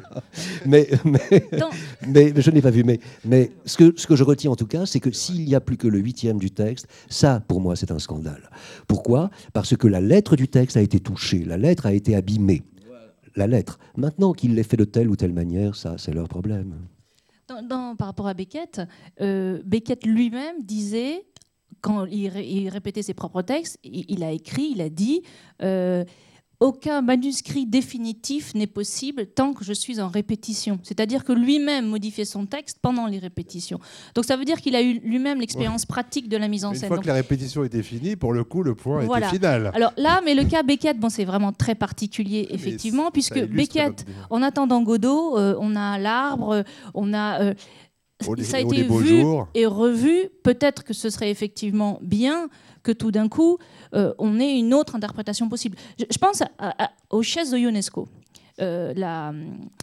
mais, mais, Dans- mais- mais je ne l'ai pas vu. Mais, mais ce, que, ce que je retiens en tout cas, c'est que s'il n'y a plus que le huitième du texte, ça, pour moi, c'est un scandale. Pourquoi ? Parce que la lettre du texte a été touchée, la lettre a été abîmée. La lettre. Maintenant qu'il l'ait fait de telle ou telle manière, ça, c'est leur problème. Dans- dans- par rapport à Beckett, euh, Beckett lui-même disait, quand il, ré- il répétait ses propres textes, il, il a écrit, il a dit euh, aucun manuscrit définitif n'est possible tant que je suis en répétition. C'est-à-dire que lui-même modifiait son texte pendant les répétitions. Donc ça veut dire qu'il a eu lui-même l'expérience pratique de la mise en Mais une scène. fois Donc, que la répétition était finie, pour le coup, le point Voilà. était final. alors là, mais le cas Beckett, bon, c'est vraiment très particulier, Mais effectivement, ça puisque illustre Beckett, notre- en attendant Godot, euh, on a l'arbre, euh, on a... euh, Oh, les- ça a oh, été les beaux vu jours. et revu. Peut-être que ce serait effectivement bien que tout d'un coup, euh, on ait une autre interprétation possible. Je, je pense à- à- aux chaises de Ionesco. Euh, la,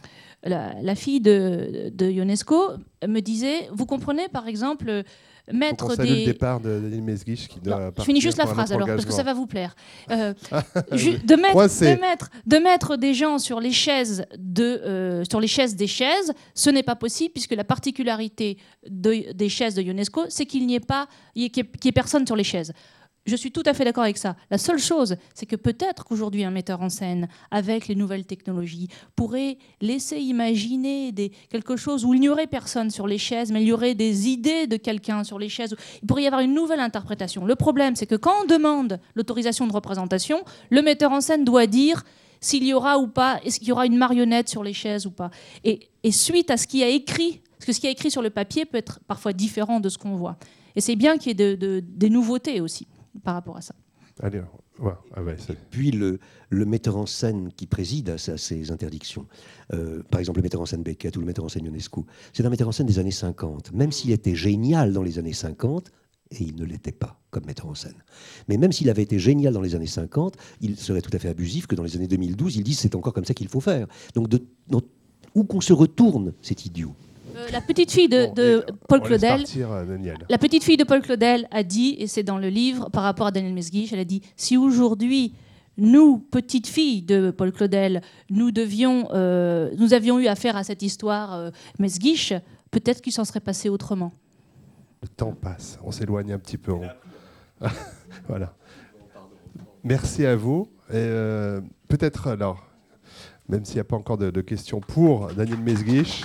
la, la fille de, de Ionesco me disait, vous comprenez par exemple, Faut mettre qu'on salue des... le départ de Daniel Mesguich qui doit Non, je partir finis juste la pour un phrase autre alors, parce que ça engagement. va vous plaire. Euh, ju- de, mettre, Coincé. de, mettre, de mettre des gens sur les chaises, de, euh, sur les chaises des chaises, ce n'est pas possible, puisque la particularité de- des chaises de Ionesco, c'est qu'il n'y ait pas, il y ait- qu'il y ait- qu'il y ait personne sur les chaises. Je suis tout à fait d'accord avec ça. La seule chose, c'est que peut-être qu'aujourd'hui, un metteur en scène, avec les nouvelles technologies, pourrait laisser imaginer des, quelque chose où il n'y aurait personne sur les chaises, mais il y aurait des idées de quelqu'un sur les chaises. Il pourrait y avoir une nouvelle interprétation. Le problème, c'est que quand on demande l'autorisation de représentation, le metteur en scène doit dire s'il y aura ou pas, est-ce qu'il y aura une marionnette sur les chaises ou pas. Et, et suite à ce qui a écrit, parce que ce qui a écrit sur le papier peut être parfois différent de ce qu'on voit. Et c'est bien qu'il y ait de- de- des nouveautés aussi par rapport à ça. Allez, ouais, ah ouais, c'est- Puis le, le metteur en scène qui préside à, à ces interdictions, euh, par exemple le metteur en scène Beckett ou le metteur en scène Ionesco, c'est un metteur en scène des années cinquante. Même s'il était génial dans les années cinquante, et il ne l'était pas comme metteur en scène. Mais même s'il avait été génial dans les années cinquante, il serait tout à fait abusif que dans les années deux mille douze, il dise c'est encore comme ça qu'il faut faire. Donc de, dans- où qu'on se retourne, c'est idiot. Euh, la petite fille de, Bon, de et, Paul on laisse Claudel, partir, euh, Daniel. la petite fille de Paul Claudel a dit, et c'est dans le livre par rapport à Daniel Mesguich, elle a dit si aujourd'hui nous, petites filles de Paul Claudel, nous devions, euh, nous avions eu affaire à cette histoire euh, Mesguich, peut-être qu'il s'en serait passé autrement. Le temps passe, on s'éloigne un petit peu. on- voilà. Merci à vous. Et euh, peut-être alors, même s'il n'y a pas encore de, de questions pour Daniel Mesguich.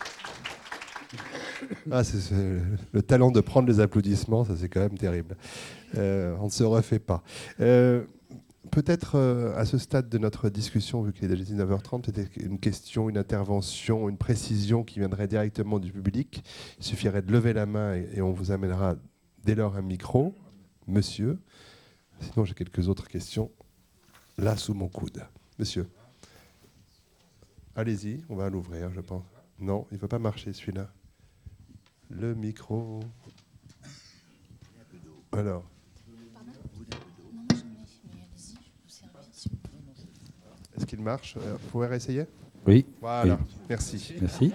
Ah, c'est, c'est le talent de prendre les applaudissements, ça c'est quand même terrible. Euh, on ne se refait pas. Euh, peut-être euh, à ce stade de notre discussion, vu qu'il est déjà dix-neuf heures trente, peut-être une question, une intervention, une précision qui viendrait directement du public. Il suffirait de lever la main et, et on vous amènera dès lors un micro. Monsieur. Sinon, j'ai quelques autres questions là sous mon coude. Monsieur. Allez-y, on va l'ouvrir, je pense. Non, il ne va pas marcher celui-là. Le micro. Alors. Est-ce qu'il marche? Vous pouvez réessayer? Oui. Voilà, Oui. merci. Merci.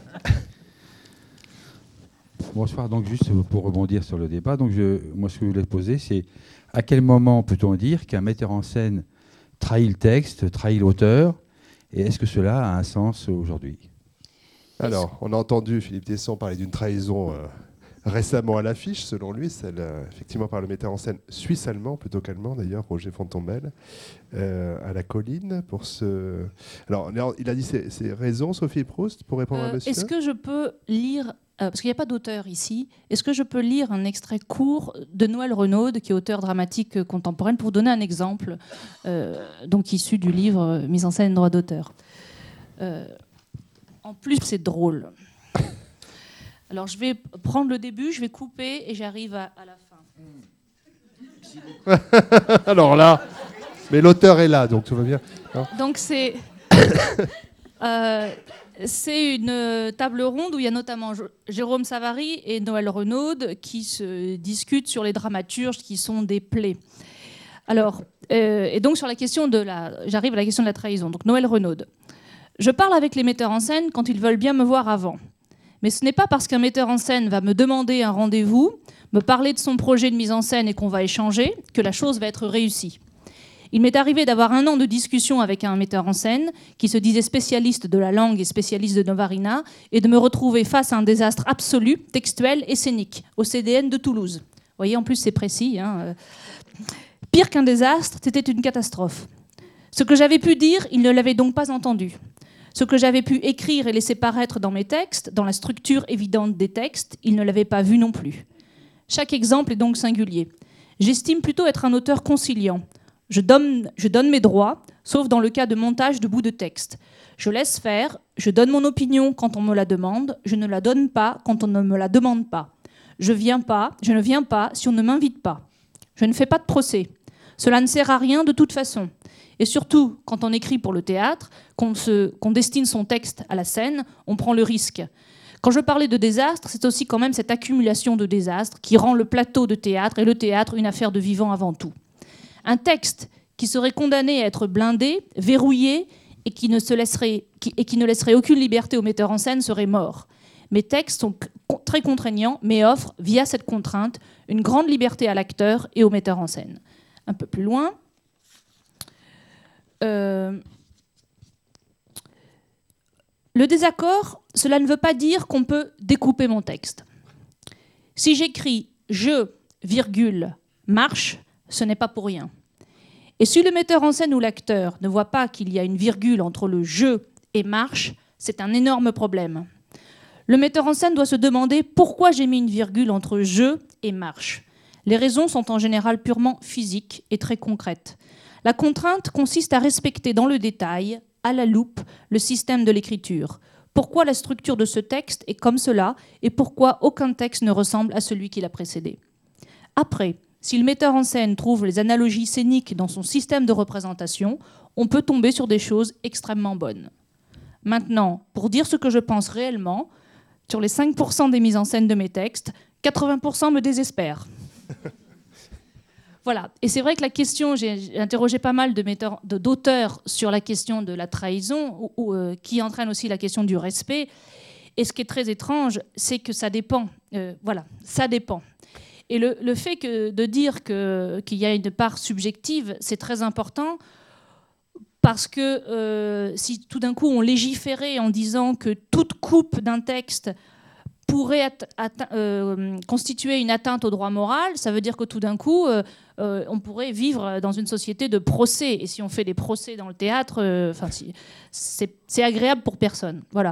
Bonsoir. Donc, juste pour rebondir sur le débat, donc je, moi, ce que je voulais poser, c'est à quel moment peut-on dire qu'un metteur en scène trahit le texte, trahit l'auteur, et est-ce que cela a un sens aujourd'hui? Alors, on a entendu Philippe Tesson parler d'une trahison euh, récemment à l'affiche, selon lui, celle euh, effectivement par le metteur en scène suisse-allemand, plutôt qu'allemand d'ailleurs, Roger Fontombelle, euh, à la Colline. Pour ce... Alors, il a dit ses, ses raisons, Sophie Proust, pour répondre Euh, à monsieur. Est-ce que je peux lire, euh, parce qu'il n'y a pas d'auteur ici, est-ce que je peux lire un extrait court de Noël Renaud, qui est auteur dramatique contemporaine, pour donner un exemple, euh, donc issu du livre euh, Mise en scène droit d'auteur. Euh, en plus, c'est drôle. Alors, je vais prendre le début, je vais couper et j'arrive à, à la fin. Alors là, mais l'auteur est là, donc tout va bien. Non Donc, c'est... euh, C'est une table ronde où il y a notamment Jérôme Savary et Noël Renaud qui se discutent sur les dramaturges qui sont des plaies. Alors, euh, et donc sur la question de la... J'arrive à la question de la trahison. Donc Noël Renaud. Je parle avec les metteurs en scène quand ils veulent bien me voir avant. Mais ce n'est pas parce qu'un metteur en scène va me demander un rendez-vous, me parler de son projet de mise en scène et qu'on va échanger, que la chose va être réussie. Il m'est arrivé d'avoir un an de discussion avec un metteur en scène qui se disait spécialiste de la langue et spécialiste de Novarina et de me retrouver face à un désastre absolu, textuel et scénique, au C D N de Toulouse. Vous voyez, en plus, c'est précis. Hein. Pire qu'un désastre, c'était une catastrophe. Ce que j'avais pu dire, il ne l'avait donc pas entendu. Ce que j'avais pu écrire et laisser paraître dans mes textes, dans la structure évidente des textes, il ne l'avait pas vu non plus. Chaque exemple est donc singulier. J'estime plutôt être un auteur conciliant. Je donne, je donne mes droits, sauf dans le cas de montage de bouts de texte. Je laisse faire, je donne mon opinion quand on me la demande, je ne la donne pas quand on ne me la demande pas. Je viens pas, je ne viens pas si on ne m'invite pas. Je ne fais pas de procès. Cela ne sert à rien de toute façon. Et surtout, quand on écrit pour le théâtre, qu'on, se, qu'on destine son texte à la scène, on prend le risque. Quand je parlais de désastre, c'est aussi quand même cette accumulation de désastres qui rend le plateau de théâtre et le théâtre une affaire de vivant avant tout. Un texte qui serait condamné à être blindé, verrouillé et qui ne, se laisserait, qui, et qui ne laisserait aucune liberté au metteur en scène serait mort. Mes textes sont très contraignants, mais offrent, via cette contrainte, une grande liberté à l'acteur et au metteur en scène. Un peu plus loin... Euh, le désaccord, cela ne veut pas dire qu'on peut découper mon texte. Si j'écris « je, virgule, marche », ce n'est pas pour rien. Et si le metteur en scène ou l'acteur ne voit pas qu'il y a une virgule entre le « je » et « marche », c'est un énorme problème. Le metteur en scène doit se demander pourquoi j'ai mis une virgule entre « je » et « marche ». Les raisons sont en général purement physiques et très concrètes. La contrainte consiste à respecter dans le détail, à la loupe, le système de l'écriture. Pourquoi la structure de ce texte est comme cela et pourquoi aucun texte ne ressemble à celui qui l'a précédé. Après, si le metteur en scène trouve les analogies scéniques dans son système de représentation, on peut tomber sur des choses extrêmement bonnes. Maintenant, pour dire ce que je pense réellement, sur les cinq pour cent des mises en scène de mes textes, quatre-vingts pour cent me désespèrent. Voilà. Et c'est vrai que la question, j'ai interrogé pas mal de metteurs, de, d'auteurs sur la question de la trahison, ou, ou, euh, qui entraîne aussi la question du respect. Et ce qui est très étrange, c'est que ça dépend. Euh, voilà, ça dépend. Et le, le fait que, de dire que, qu'il y a une part subjective, c'est très important, parce que euh, si tout d'un coup on légiférait en disant que toute coupe d'un texte pourrait at- atte- euh, constituer une atteinte au droit moral. Ça veut dire que tout d'un coup, euh, euh, on pourrait vivre dans une société de procès. Et si on fait des procès dans le théâtre, euh, enfin, si, c'est, c'est agréable pour personne. Voilà.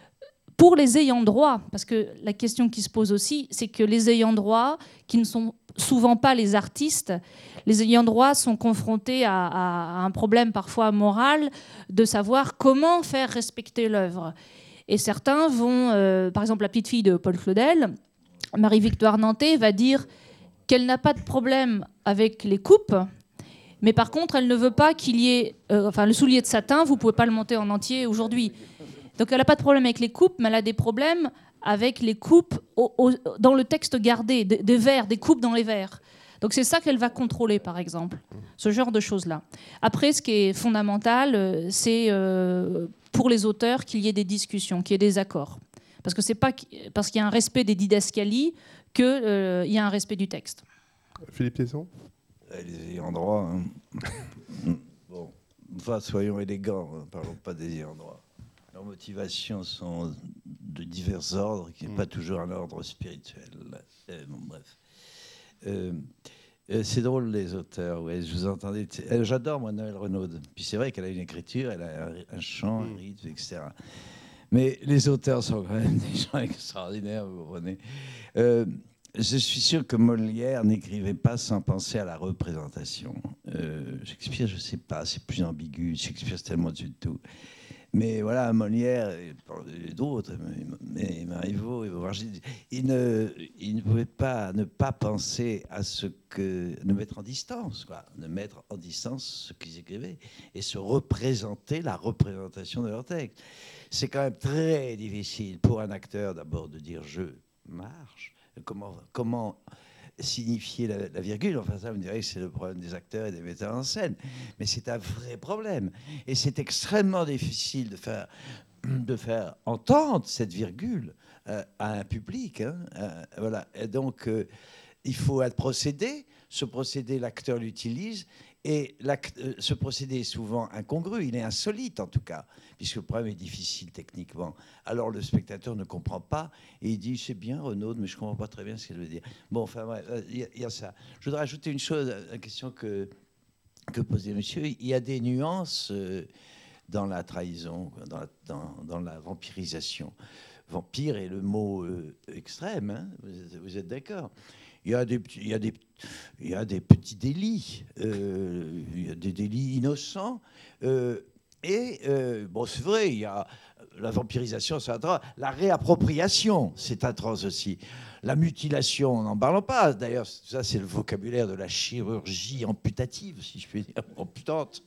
Pour les ayants droit, parce que la question qui se pose aussi, c'est que les ayants droit, qui ne sont souvent pas les artistes, les ayants droit sont confrontés à, à un problème parfois moral de savoir comment faire respecter l'œuvre. Et certains vont, euh, par exemple la petite fille de Paul Claudel, Marie-Victoire Nantais, va dire qu'elle n'a pas de problème avec les coupes, mais par contre elle ne veut pas qu'il y ait, euh, enfin le soulier de satin, vous ne pouvez pas le monter en entier aujourd'hui. Donc elle n'a pas de problème avec les coupes, mais elle a des problèmes avec les coupes au, au, dans le texte gardé, des, des vers, des coupes dans les vers. Donc c'est ça qu'elle va contrôler, par exemple, ce genre de choses-là. Après, ce qui est fondamental, c'est euh, pour les auteurs qu'il y ait des discussions, qu'il y ait des accords. Parce que c'est pas parce qu'il y a un respect des didascalies qu'il euh, y a un respect du texte. Philippe Piéson ? Les ayants droit. Hein. Bon, enfin, soyons élégants, ne parlons pas des ayants droit. Leurs motivations sont de divers ordres, qui n'est pas toujours un ordre spirituel. Euh, bon, bref. Euh, euh, c'est drôle, les auteurs. Ouais, je vous entendais. Euh, j'adore, moi, Noël Renaud. Puis c'est vrai qu'elle a une écriture, elle a un, un chant, un rythme, et cetera. Mais les auteurs sont quand même des gens extraordinaires, vous comprenez. Euh, je suis sûr que Molière n'écrivait pas sans penser à la représentation. Euh, Shakespeare, je ne sais pas, c'est plus ambigu. Shakespeare, c'est tellement au-dessus de tout. Mais voilà, Molière et d'autres, mais Marivaux et Beaumarchais, ils ne, ils ne pouvaient pas ne pas penser à ce que, ne mettre en distance, quoi, ne mettre en distance ce qu'ils écrivaient et se représenter la représentation de leur texte. C'est quand même très difficile pour un acteur d'abord de dire je marche. Comment, comment signifier la, la virgule? Enfin, ça, vous me direz que c'est le problème des acteurs et des metteurs en scène. Mais c'est un vrai problème. Et c'est extrêmement difficile de faire, de faire entendre cette virgule euh, à un public. Hein, euh, voilà. Et donc, euh, il faut un procédé. Ce procédé, l'acteur l'utilise. Et euh, ce procédé est souvent incongru, il est insolite en tout cas, puisque le problème est difficile techniquement. Alors le spectateur ne comprend pas et il dit c'est bien Renaud, mais je ne comprends pas très bien ce qu'elle veut dire. Bon, enfin, il ouais, y, y a ça. Je voudrais ajouter une chose à la question que, que posait monsieur. Il y a des nuances euh, dans la trahison, dans la, dans, dans la vampirisation. Vampire est le mot euh, extrême, hein, vous, vous êtes d'accord? Il y, a des, il, y a des, il y a des petits délits, euh, il y a des délits innocents. Euh, et, euh, bon, c'est vrai, il y a la vampirisation, c'est atroce. La réappropriation, c'est atroce aussi. La mutilation, n'en parlons pas. D'ailleurs, ça, c'est le vocabulaire de la chirurgie amputative, si je puis dire, amputante.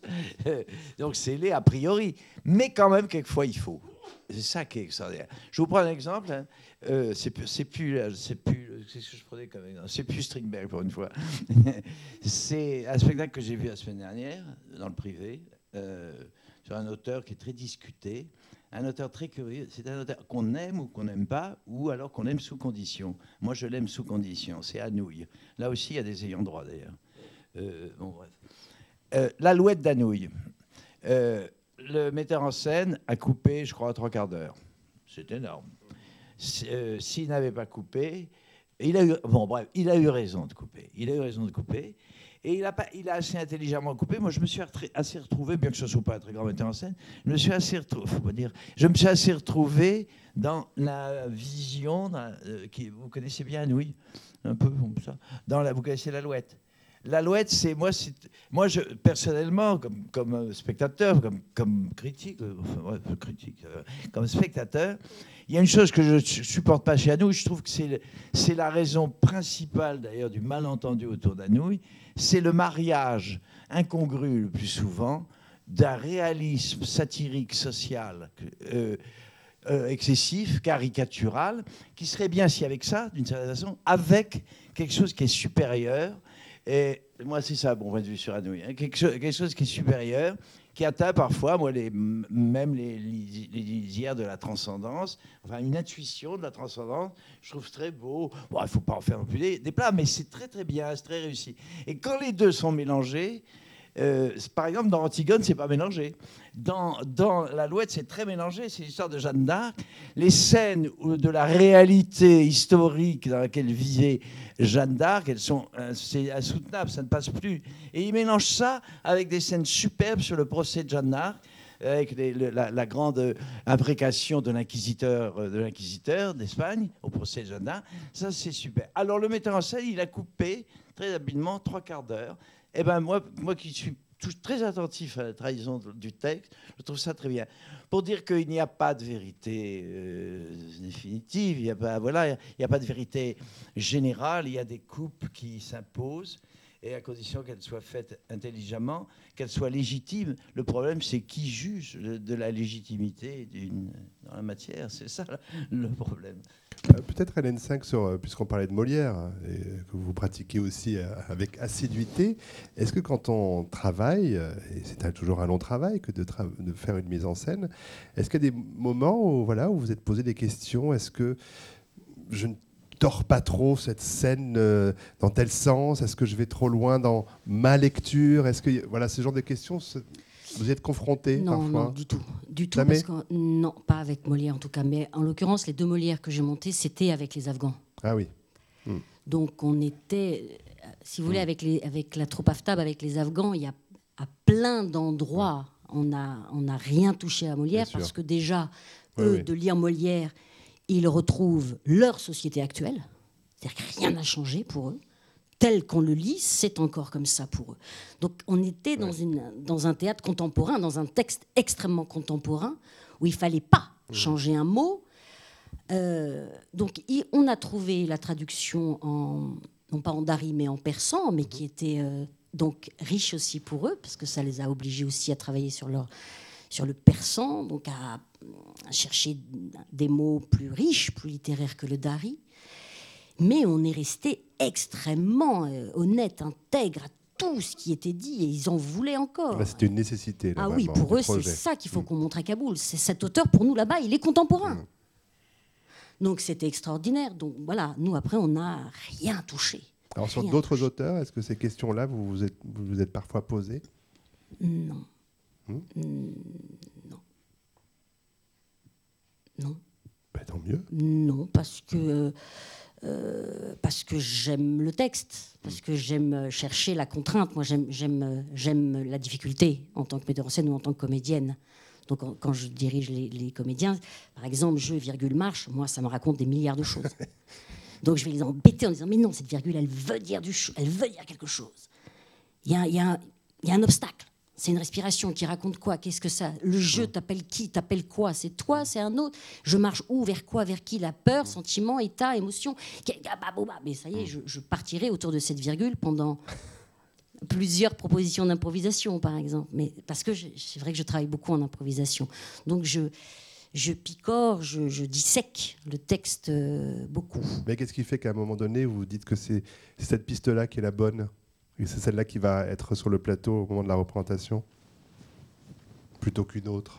Donc, c'est laid a priori. Mais quand même, quelquefois, il faut. C'est ça qui est extraordinaire. Je vous prends un exemple. Hein. Euh, c'est plus, c'est plus, c'est plus, qu'est-ce que je prenais comme exemple ? C'est plus Strindberg pour une fois. C'est un spectacle que j'ai vu la semaine dernière dans le privé euh, sur un auteur qui est très discuté, un auteur très curieux. C'est un auteur qu'on aime ou qu'on n'aime pas, ou alors qu'on aime sous condition. Moi, je l'aime sous condition. C'est Anouilh. Là aussi, il y a des ayants droit d'ailleurs. Euh, bon, bref. Euh, L'Alouette d'Anouilh. Euh, le metteur en scène a coupé, je crois, à trois quarts d'heure. C'est énorme. Euh, s'il n'avait pas coupé, il a eu, bon bref, il a eu raison de couper. Il a eu raison de couper, et il a pas, il a assez intelligemment coupé. Moi, je me suis assez retrouvé, bien que je ne sois pas un très grand metteur en scène, je me suis assez retrouvé, faut pas dire, je me suis assez retrouvé dans la vision, dans, euh, qui, vous connaissez bien Anouilh, un peu comme ça. Dans la, vous connaissez l'Alouette. L'Alouette, c'est moi, c'est, moi je, personnellement, comme, comme spectateur, comme, comme critique, euh, enfin, ouais, critique euh, comme spectateur, il y a une chose que je ne supporte pas chez Anouilh, je trouve que c'est, c'est la raison principale d'ailleurs du malentendu autour d'Anouilh, c'est le mariage incongru le plus souvent d'un réalisme satirique, social, euh, euh, excessif, caricatural, qui serait bien si avec ça, d'une certaine façon, avec quelque chose qui est supérieur. Et moi, c'est ça, mon point de vue sur Anouilh. Hein. Quelque, chose, quelque chose qui est supérieur, qui atteint parfois, moi, les, même les, les, les lisières de la transcendance, enfin, une intuition de la transcendance, je trouve très beau. Bon, il ne faut pas en faire non plus des, des plats, mais c'est très, très bien, c'est très réussi. Et quand les deux sont mélangés, Euh, par exemple, dans Antigone, c'est pas mélangé. Dans, dans l'Alouette, c'est très mélangé. C'est l'histoire de Jeanne d'Arc. Les scènes de la réalité historique dans laquelle vivait Jeanne d'Arc, elles sont, c'est insoutenable, ça ne passe plus. Et ils mélangent ça avec des scènes superbes sur le procès de Jeanne d'Arc, avec les, le, la, la grande imprécation de l'inquisiteur de l'inquisiteur d'Espagne au procès de Jeanne d'Arc. Ça, c'est super. Alors, le metteur en scène, il a coupé très habilement trois quarts d'heure. Eh ben moi, moi qui suis très attentif à la trahison du texte, je trouve ça très bien. Pour dire qu'il n'y a pas de vérité euh, définitive, il n'y a pas, voilà, il n'y a pas de vérité générale, il y a des coupes qui s'imposent, et à condition qu'elles soient faites intelligemment, qu'elles soient légitimes. Le problème, c'est qui juge de la légitimité d'une, dans la matière. C'est ça le problème. Euh, peut-être Hélène cinq, sur, euh, puisqu'on parlait de Molière, hein, et que vous pratiquez aussi euh, avec assiduité, est-ce que quand on travaille, euh, et c'est un, toujours un long travail que de, tra- de faire une mise en scène, est-ce qu'il y a des moments où, voilà, où vous vous êtes posé des questions? Est-ce que je ne tords pas trop cette scène euh, dans tel sens? Est-ce que je vais trop loin dans ma lecture? Est-ce que, voilà, ce genre de questions, ce- vous êtes confronté Non, parfois? non, du tout. Du tout Jamais? parce que, non, pas avec Molière en tout cas. Mais en l'occurrence, les deux Molières que j'ai montées, c'était avec les Afghans. Ah oui. Donc on était, euh, si vous voulez, avec, les, avec la troupe Aftab, avec les Afghans, il y a à plein d'endroits, on n'a on a rien touché à Molière Bien sûr. parce que déjà, Oui, eux, oui. de lire Molière, ils retrouvent leur société actuelle. C'est-à-dire que rien n'a changé pour eux. Tel qu'on le lit, c'est encore comme ça pour eux. Donc on était dans, une, dans un théâtre contemporain, dans un texte extrêmement contemporain, où il ne fallait pas changer un mot. Euh, donc il, on a trouvé la traduction, en, non pas en dari, mais en persan, mais qui était euh, donc riche aussi pour eux, parce que ça les a obligés aussi à travailler sur, leur, sur le persan, donc à, à chercher des mots plus riches, plus littéraires que le dari. Mais on est resté extrêmement euh, honnête, intègre à tout ce qui était dit, et ils en voulaient encore. Là, c'était une nécessité. Là, Ah oui, vraiment, pour du eux, c'est projet. ça qu'il faut Mm. qu'on montre à Kaboul. C'est cet auteur, pour nous, là-bas, il est contemporain. Mm. Donc c'était extraordinaire. Donc voilà, nous, après, on n'a rien touché. Alors, sur Rien d'autres touché. auteurs, est-ce que ces questions-là, vous vous êtes, vous vous êtes parfois posées? Non. Hmm Mm, non. Non. Ben, tant mieux. Non, parce que... Euh, parce que j'aime le texte, parce que j'aime chercher la contrainte. Moi, j'aime, j'aime, j'aime la difficulté en tant que metteur en scène ou en tant que comédienne. Donc, en- quand je dirige les, les comédiens, par exemple, jeu, virgule, marche, moi, ça me raconte des milliards de choses. Donc, je vais les embêter en disant, mais non, cette virgule, elle veut dire, du cho- elle veut dire quelque chose. Il y a, il y a un- il y a un obstacle. C'est une respiration qui raconte quoi? Qu'est-ce que ça? Le jeu t'appelle qui? T'appelle quoi? C'est toi? C'est un autre? Je marche où? Vers quoi? Vers qui? La peur, sentiment, état, émotion. Quel- ah, bah, bah, bah. Mais ça y est, je, je partirai autour de cette virgule pendant plusieurs propositions d'improvisation, par exemple. Mais parce que je- c'est vrai que je travaille beaucoup en improvisation. Donc je, je picore, je, je dissèque le texte euh, beaucoup. Mais qu'est-ce qui fait qu'à un moment donné, vous vous dites que c'est c'est cette piste-là qui est la bonne, et c'est celle-là qui va être sur le plateau au moment de la représentation, plutôt qu'une autre?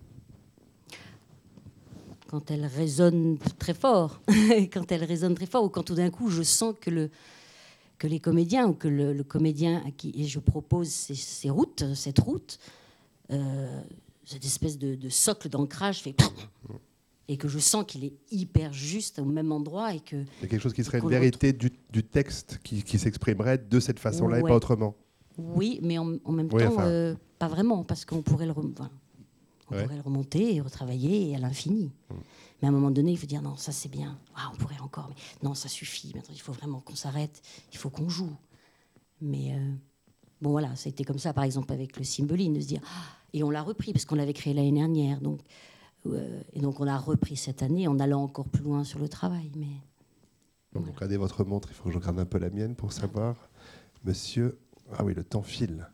Quand elle résonne très fort, quand elle résonne très fort, ou quand tout d'un coup je sens que, le, que les comédiens, ou que le, le comédien à qui je propose ces, ces routes, cette route, euh, cette espèce de, de socle d'ancrage fait et que je sens qu'il est hyper juste au même endroit et que Il y a quelque chose qui serait une qu'on le vérité du, du texte qui, qui s'exprimerait de cette façon-là et Ouais. pas autrement. oui, mais en, en même Oui, temps, enfin. euh, pas vraiment, parce qu'on pourrait le, rem- enfin, on Ouais. pourrait le remonter et retravailler et à l'infini. Mais à un moment donné, il faut dire non, ça c'est bien. Ah, on pourrait encore, mais non, ça suffit. Maintenant, il faut vraiment qu'on s'arrête. Il faut qu'on joue. Mais euh, bon, voilà, ça a été comme ça, par exemple, avec le Cymbeline, de se dire. Ah, et on l'a repris parce qu'on l'avait créé l'année dernière. Donc, euh, et donc, on l'a repris cette année en allant encore plus loin sur le travail. Mais Donc, Voilà. regardez votre montre, il faut que je regarde un peu la mienne pour savoir. Monsieur, ah oui, le temps file.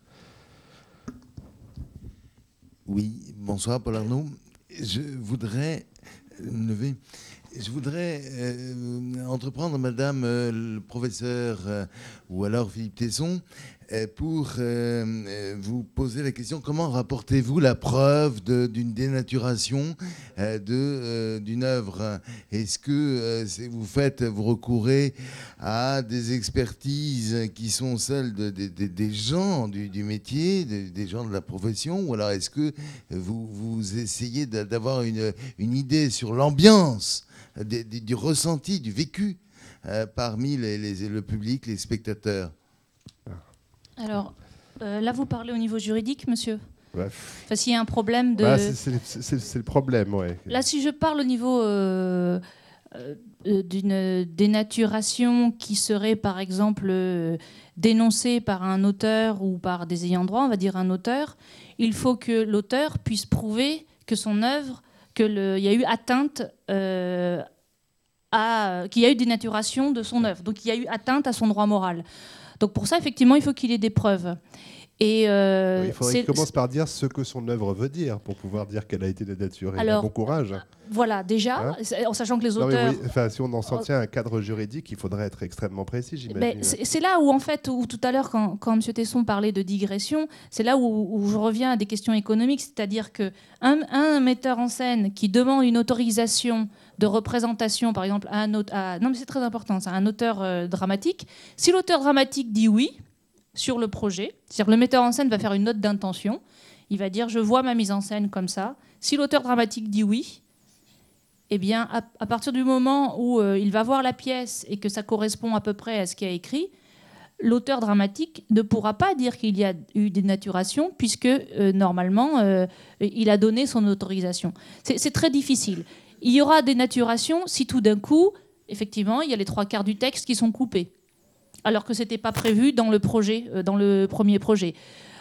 Oui, bonsoir Paul Arnaud. Je voudrais lever Je voudrais euh, entreprendre, madame euh, le professeur euh, ou alors Philippe Tesson, euh, pour euh, euh, vous poser la question, comment rapportez-vous la preuve de- d'une dénaturation euh, de, euh, d'une œuvre? Est-ce que euh, c'est- vous faites, vous recourez à des expertises qui sont celles de, de- de- des gens du, du métier, de- des gens de la profession, ou alors est-ce que vous, vous essayez d'a- d'avoir une, une idée sur l'ambiance du, du- du ressenti, du vécu euh, parmi les- les- le public, les spectateurs? Alors, euh, là, vous parlez au niveau juridique, monsieur. Bref. Enfin, s'il y a un problème de... Voilà, c'est- c'est c'est- c'est le problème, ouais. Là, si je parle au niveau euh, euh, d'une dénaturation qui serait, par exemple, euh, dénoncée par un auteur ou par des ayants droit, on va dire un auteur, il faut que l'auteur puisse prouver que son œuvre, qu'il y a eu atteinte euh, à... qu'il y a eu dénaturation de son œuvre. Donc, il y a eu atteinte à son droit moral. Donc, pour ça, effectivement, il faut qu'il ait des preuves. Et euh, Oui, il faudrait c'est- qu'il commence par dire ce que son œuvre veut dire pour pouvoir dire qu'elle a été dénaturée. Alors, bon courage. Voilà, déjà, Hein c'est- en sachant que les Non, mais auteurs... oui, enfin, si on en s'en tient à un cadre juridique, il faudrait être extrêmement précis, Ben, j'imagine. c'est c'est là où, en fait, où tout à l'heure, quand, quand M. Tesson parlait de digression, c'est là où, où je reviens à des questions économiques, c'est-à-dire qu'un un metteur en scène qui demande une autorisation de représentation, par exemple, à un auteur... à- non, mais c'est très important, ça, à un auteur euh, dramatique, si l'auteur dramatique dit oui sur le projet, c'est-à-dire que le metteur en scène va faire une note d'intention, il va dire « je vois ma mise en scène comme ça ». Si l'auteur dramatique dit oui, eh bien, à, à partir du moment où euh, il va voir la pièce et que ça correspond à peu près à ce qu'il a écrit, l'auteur dramatique ne pourra pas dire qu'il y a eu dénaturation puisque, euh, normalement, euh, il a donné son autorisation. C'est c'est très difficile. Il y aura dénaturation si tout d'un coup, effectivement, il y a les trois quarts du texte qui sont coupés, alors que ce n'était pas prévu dans le projet, euh, dans le premier projet.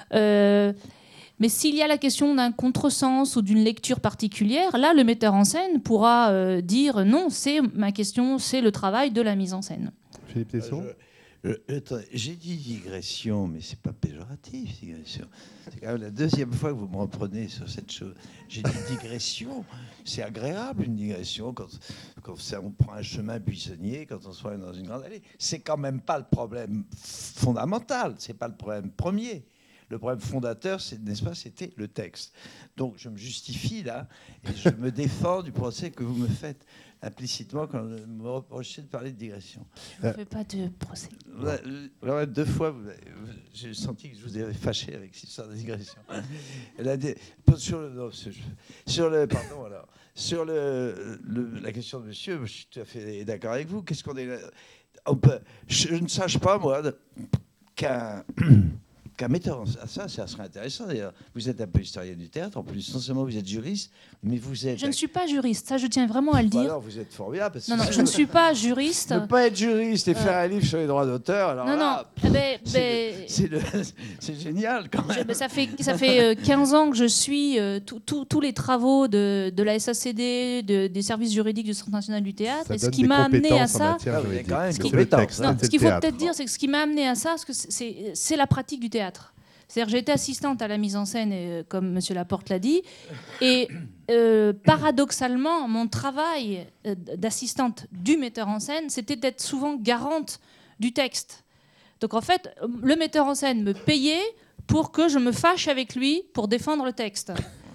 Euh, Mais s'il y a la question d'un contresens ou d'une lecture particulière, là, le metteur en scène pourra euh, dire non, c'est ma question, c'est le travail de la mise en scène. Philippe Tesson Euh, je- je- attendez, j'ai dit digression, mais c'est pas péjoratif, digression. C'est quand même la deuxième fois que vous me reprenez sur cette chose. J'ai dit digression. C'est agréable, une digression, quand, quand on prend un chemin buissonnier, quand on se voit dans une grande allée. C'est quand même pas le problème fondamental, c'est pas le problème premier. Le problème fondateur, c'est, n'est-ce pas, c'était le texte. Donc je me justifie là et je me défends du procès que vous me faites implicitement quand vous me reprochez de parler de digression. Je ne fais pas de procès. Ouais, euh, deux fois, vous avez- vous- j'ai senti que je vous avais fâché avec cette histoire de digression. Elle a dit, sur le, non, sur, sur le, pardon, alors, sur le, le- la question de monsieur, je suis tout à fait d'accord avec vous. Qu'est-ce qu'on est là on peut, je, je ne sache pas, moi, de- qu'un qu'un metteur en scène, ça, ça serait intéressant d'ailleurs. Vous êtes un peu historien du théâtre, en plus, non seulement vous êtes juriste, mais vous êtes... Je ne suis pas juriste, ça je tiens vraiment à le Bah dire. alors, vous êtes formidable. Parce que Non, non, je ne suis pas juriste. Ne pas être juriste et faire un livre sur les droits d'auteur, alors Non, là, non, eh ben, c'est ben, le- c'est le- c'est génial quand je- même. ben, ça fait, ça fait euh, quinze ans que je suis euh, tout- tout- tous les travaux de, de la S A C D, de- des services juridiques du Centre national du théâtre. Ça Et ce donne qui des m'a amené à compétences en ça, matière Ah, vous avez juridique. quand même Mais des c'est le compétences, texte, hein. non, c'était ce qu'il le faut théâtre. peut-être dire, c'est que ce qui m'a amené à ça, parce que c'est c'est la pratique du théâtre. C'est-à-dire, j'ai été assistante à la mise en scène, euh, comme M. Laporte l'a dit, et euh, paradoxalement, mon travail euh, d'assistante du metteur en scène, c'était d'être souvent garante du texte. Donc en fait, le metteur en scène me payait pour que je me fâche avec lui pour défendre le texte.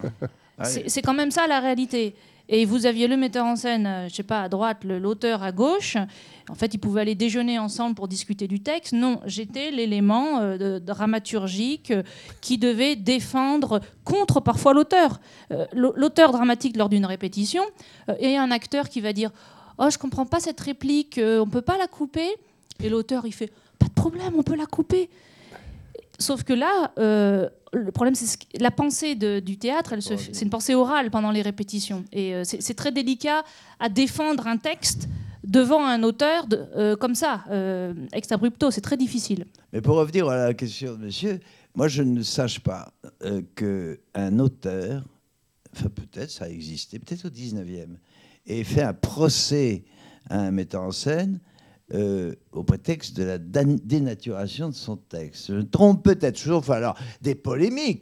C'est c'est quand même ça la réalité. Et vous aviez le metteur en scène, euh, je sais pas, à droite, le- l'auteur à gauche. En fait, ils pouvaient aller déjeuner ensemble pour discuter du texte. Non, j'étais l'élément euh, de- dramaturgique euh, qui devait défendre contre parfois l'auteur. Euh, l'au- l'auteur dramatique lors d'une répétition, euh, et un acteur qui va dire « Oh, je comprends pas cette réplique, euh, on peut pas la couper ?» Et l'auteur, il fait « Pas de problème, on peut la couper !» Sauf que là, euh, le problème, c'est ce que- la pensée de- du théâtre, elle se fait- c'est une pensée orale pendant les répétitions. Et euh, c'est c'est très délicat à défendre un texte devant un auteur de- euh, comme ça, euh, ex abrupto. C'est très difficile. Mais pour revenir à la question de monsieur, moi je ne sache pas euh, qu'un auteur, enfin peut-être ça a existé, peut-être au dix-neuvième, ait fait un procès à un metteur en scène euh, au prétexte de la dan- dénaturation de son texte. Je me trompe peut-être, sauf alors des polémiques.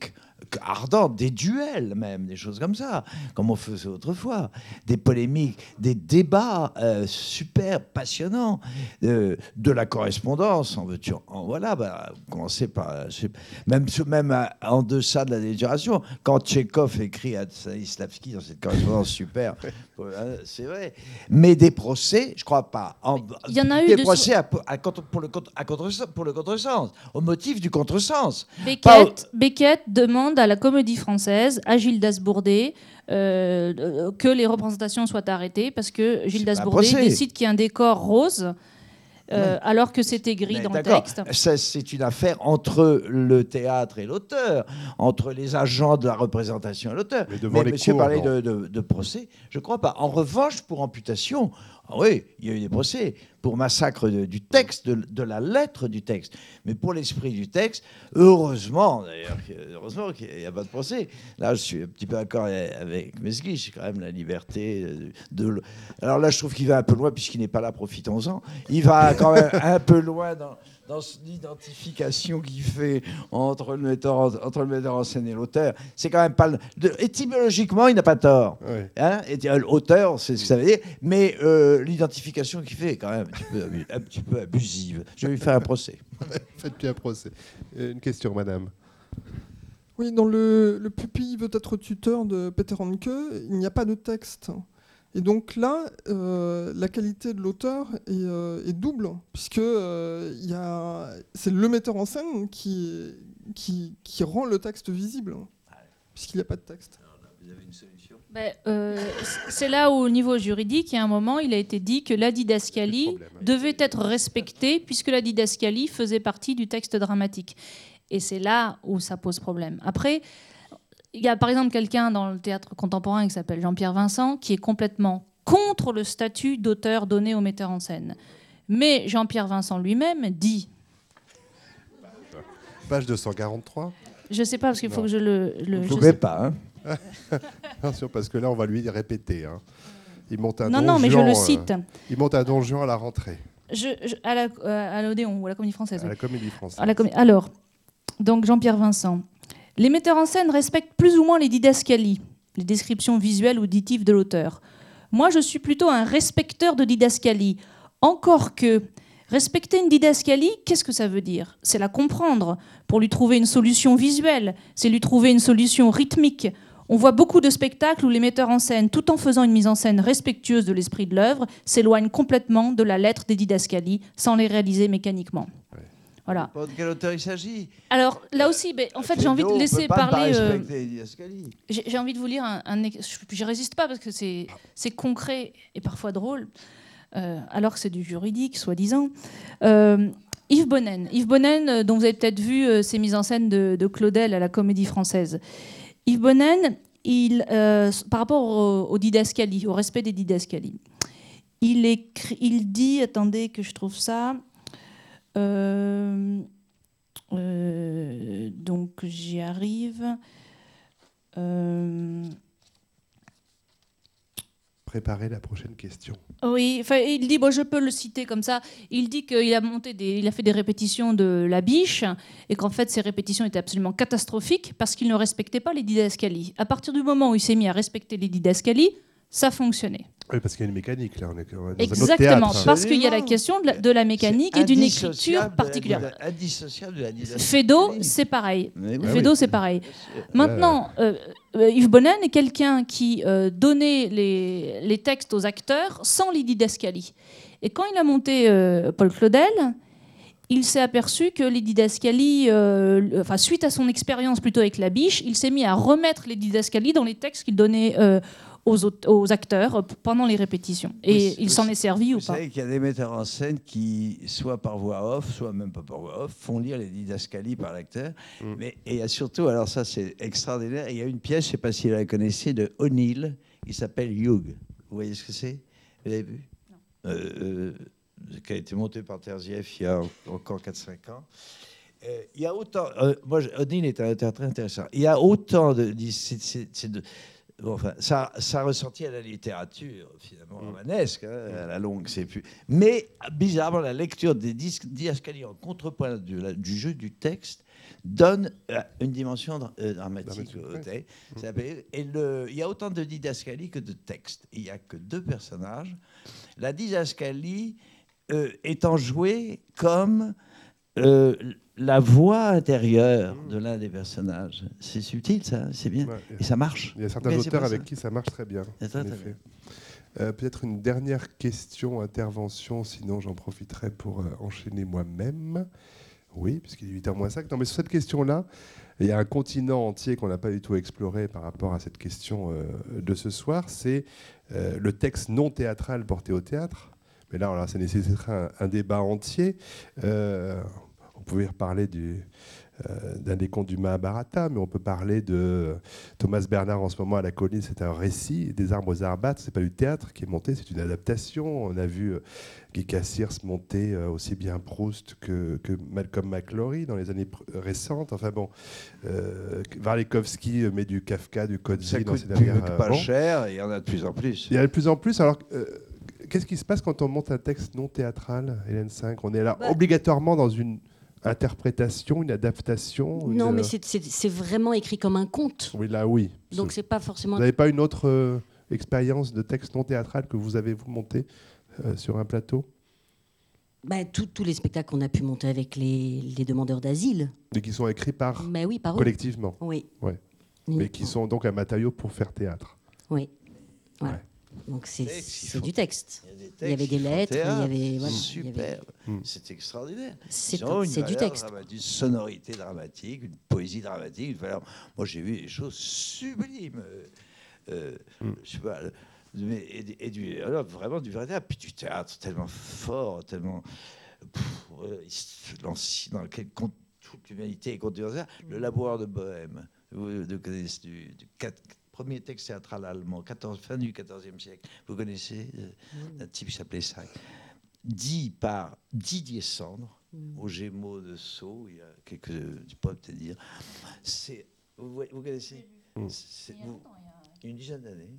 ardentes, des duels même, des choses comme ça, comme on faisait autrefois, des polémiques, des débats euh, super passionnants, euh, de la correspondance, en veux-tu, en voilà, bah, commencer par, même, même en deçà de la déduration, quand Tchekhov écrit à Stanislavski dans cette correspondance super, c'est vrai, mais des procès, je crois pas, en, il y en a eu des de procès à, à, pour, le, à contre, pour le contresens, au motif du contresens. Beckett, au... Beckett demande à la Comédie Française, à Gildas Bourdet, euh, que les représentations soient arrêtées parce que Gildas Bourdet décide qu'il y a un décor rose. Euh, alors que c'était gris dans le texte. Ça, c'est une affaire entre le théâtre et l'auteur, entre les agents de la représentation et l'auteur. Mais, Mais monsieur parlait de, de, de procès, je ne crois pas. En revanche, pour amputation, ah oui, il y a eu des procès. Pour massacre de, du texte, de, de la lettre du texte. Mais pour l'esprit du texte, heureusement, d'ailleurs, heureusement qu'il n'y a pas de procès. Là, je suis un petit peu d'accord avec Mesguich, c'est quand même la liberté de, de... Alors là, je trouve qu'il va un peu loin, puisqu'il n'est pas là, profitons-en. Il va quand même un peu loin dans, dans l'identification qu'il fait entre le, metteur en, entre le metteur en scène et l'auteur. C'est quand même pas... Le, de, étymologiquement, il n'a pas tort. Oui. Hein, et, auteur, c'est ce que ça veut dire. Mais euh, l'identification qu'il fait est quand même un petit peu, un petit peu abusive. Je vais lui faire un procès. Faites-lui un procès. Une question, madame. Oui, dans le, le pupille veut être tuteur de Peter Handke, il n'y a pas de texte. Et donc là, euh, la qualité de l'auteur est, euh, est double, puisque euh, y a, c'est le metteur en scène qui, qui, qui rend le texte visible, puisqu'il n'y a pas de texte. Vous avez une solution ? Ben, euh, c'est là où, au niveau juridique, il y a un moment, il a été dit que la didascalie devait être respectée, puisque la didascalie faisait partie du texte dramatique. Et c'est là où ça pose problème. Après, il y a par exemple quelqu'un dans le théâtre contemporain qui s'appelle Jean-Pierre Vincent, qui est complètement contre le statut d'auteur donné au metteur en scène. Mais Jean-Pierre Vincent lui-même dit... Page deux cent quarante-trois. Je ne sais pas, parce qu'il faut que je le... le Vous ne pouvez pas, hein. Attention, parce que là, on va lui répéter. Hein. Il monte un non, donjon, non, mais je le cite. Euh, il monte un donjon à la rentrée. Je, je, à, la, euh, à l'Odéon, ou à la Comédie Française. À oui. la Comédie Française. À la comé- Alors, donc Jean-Pierre Vincent. Les metteurs en scène respectent plus ou moins les didascalies, les descriptions visuelles ou auditives de l'auteur. Moi, je suis plutôt un respecteur de didascalie. Encore que... Respecter une didascalie, qu'est-ce que ça veut dire ? C'est la comprendre, pour lui trouver une solution visuelle, c'est lui trouver une solution rythmique. On voit beaucoup de spectacles où les metteurs en scène, tout en faisant une mise en scène respectueuse de l'esprit de l'œuvre, s'éloignent complètement de la lettre des didascalies, sans les réaliser mécaniquement. Ouais. Voilà. De quel auteur il s'agit ? Alors là aussi, ben, en fait, j'ai envie de laisser parler... Euh, j'ai, j'ai envie de vous lire un... un je ne résiste pas, parce que c'est, c'est concret et parfois drôle. Euh, alors que c'est du juridique, soi-disant. Euh, Yves Bonnen, Yves Bonnen euh, dont vous avez peut-être vu euh, ses mises en scène de, de Claudel à la Comédie Française. Yves Bonnen, il, euh, par rapport au, au didascalie, au respect des didascalies, il, écrit, il dit, attendez que je trouve ça, euh, euh, donc j'y arrive... Euh, Préparer la prochaine question. Oui, enfin, il dit, bon, je peux le citer comme ça, il dit qu'il a, monté des, il a fait des répétitions de La Biche et qu'en fait ces répétitions étaient absolument catastrophiques parce qu'il ne respectait pas les didascalies. À partir du moment où il s'est mis à respecter les didascalies, ça fonctionnait. Oui, parce qu'il y a une mécanique, là. On est dans Exactement, un autre théâtre. Parce qu'il y a la question de la, de la mécanique et d'une écriture particulière. Indissociable de la didascalie. Feydeau, c'est pareil. Oui, Feydeau, oui. c'est pareil. Maintenant, euh, Yves Bonnen est quelqu'un qui euh, donnait les, les textes aux acteurs sans les didascalies. Et quand il a monté euh, Paul Claudel, il s'est aperçu que les didascalies, euh, enfin, suite à son expérience plutôt avec La Biche, il s'est mis à remettre les didascalies dans les textes qu'il donnait euh, Aux, aux acteurs pendant les répétitions. Et oui, il s'en est servi ou pas. Vous savez qu'il y a des metteurs en scène qui, soit par voix off, soit même pas par voix off, font lire les didascalies par l'acteur. Mm. Mais et il y a surtout, alors ça c'est extraordinaire, il y a une pièce, je ne sais pas si vous la connaissez, de O'Neill, qui s'appelle Hugh. Vous voyez ce que c'est ? Vous l'avez vu ? Non. Euh, euh, qui a été montée par Terzieff il y a encore quatre cinq ans. Euh, il y a autant... Euh, moi, O'Neill est un auteur très intéressant. Il y a autant de... C'est, c'est, c'est de Bon, enfin, ça, ça ressortit à la littérature, finalement, romanesque, hein, à la longue, c'est plus. Mais, bizarrement, la lecture des didascalies en contrepoint du, du jeu du texte donne euh, une dimension dra- euh, dramatique Dramatique, au ouais. texte. Ça s'appelle- Et le- il y a autant de didascalie que de texte. Il n'y a que deux personnages. La didascalie euh, étant jouée comme euh, la voix intérieure de l'un des personnages. C'est subtil, ça, c'est bien. Ouais, Et ça marche. il y a certains Vous connaissez auteurs pas avec ça qui ça marche très bien. C'est très, en très effet. bien. Euh, Peut-être une dernière question, intervention, sinon j'en profiterai pour euh, enchaîner moi-même. Oui, puisqu'il est huit heures moins cinq. Non, mais sur cette question-là, il y a un continent entier qu'on n'a pas du tout exploré par rapport à cette question euh, de ce soir, c'est euh, le texte non théâtral porté au théâtre. Mais là, alors, ça nécessiterait un, un débat entier. Euh, on pouvait reparler du, euh, d'un des contes du Mahabharata, mais on peut parler de Thomas Bernard en ce moment à la colline. C'est un récit des arbres aux arbates. C'est pas du théâtre qui est monté, c'est une adaptation. On a vu euh, Guy Cassirs monter euh, aussi bien Proust que, que Malcolm McLaury dans les années pr- récentes. Enfin bon, euh, Warlikowski met du Kafka, du Ça Coetzee dans coûte ses plus- dernières. pas bon. cher, et il y en a de plus en plus. Il y a de plus en plus. Alors, euh, qu'est-ce qui se passe quand on monte un texte non théâtral, Hélène cinq? On est là Bah- obligatoirement dans une interprétation, une adaptation Non, une- mais c'est- c'est c'est vraiment écrit comme un conte. Oui, là, oui. Donc Ce- c'est pas forcément. Vous n'avez pas une autre euh, expérience de texte non théâtral que vous avez, vous, monté euh, sur un plateau? Bah, tous tous les spectacles qu'on a pu monter avec les, les demandeurs d'asile. Et qui sont écrits par Mais oui, par eux. collectivement, Oui. Ouais. Oui. mais qui sont donc un matériau pour faire théâtre. Oui. Voilà. Ouais. Donc c'est Textes, il c'est faut- du texte. Il y a des textes Il y avait des qui font lettres, il y théâtre. avait. Voilà, il y avait- Super, Mm. c'est extraordinaire. C'est Ils ont une c'est du valeur texte. dramatique, une sonorité dramatique, une poésie dramatique. Une valeur- Moi, j'ai vu des choses sublimes. euh, euh, Mm. Je sais pas. Mais, et, du- et du, alors, vraiment du vrai théâtre. Puis du théâtre tellement fort, tellement. Pff, euh, il se lance dans lequel compte toute l'humanité est contenue dans ça. Le laboureur de Bohème, vous, vous connaissez du, du quatre- premier texte théâtral allemand, quatorze, fin du quatorzième siècle. Vous connaissez euh, un type qui s'appelait ça, dit par Didier Sandre, Mm. aux Gémeaux de Sceaux, il y a quelques, tu peux peut-être dire. C'est, vous, voyez- vous connaissez Mm. C'est- vous- Une dizaine d'années.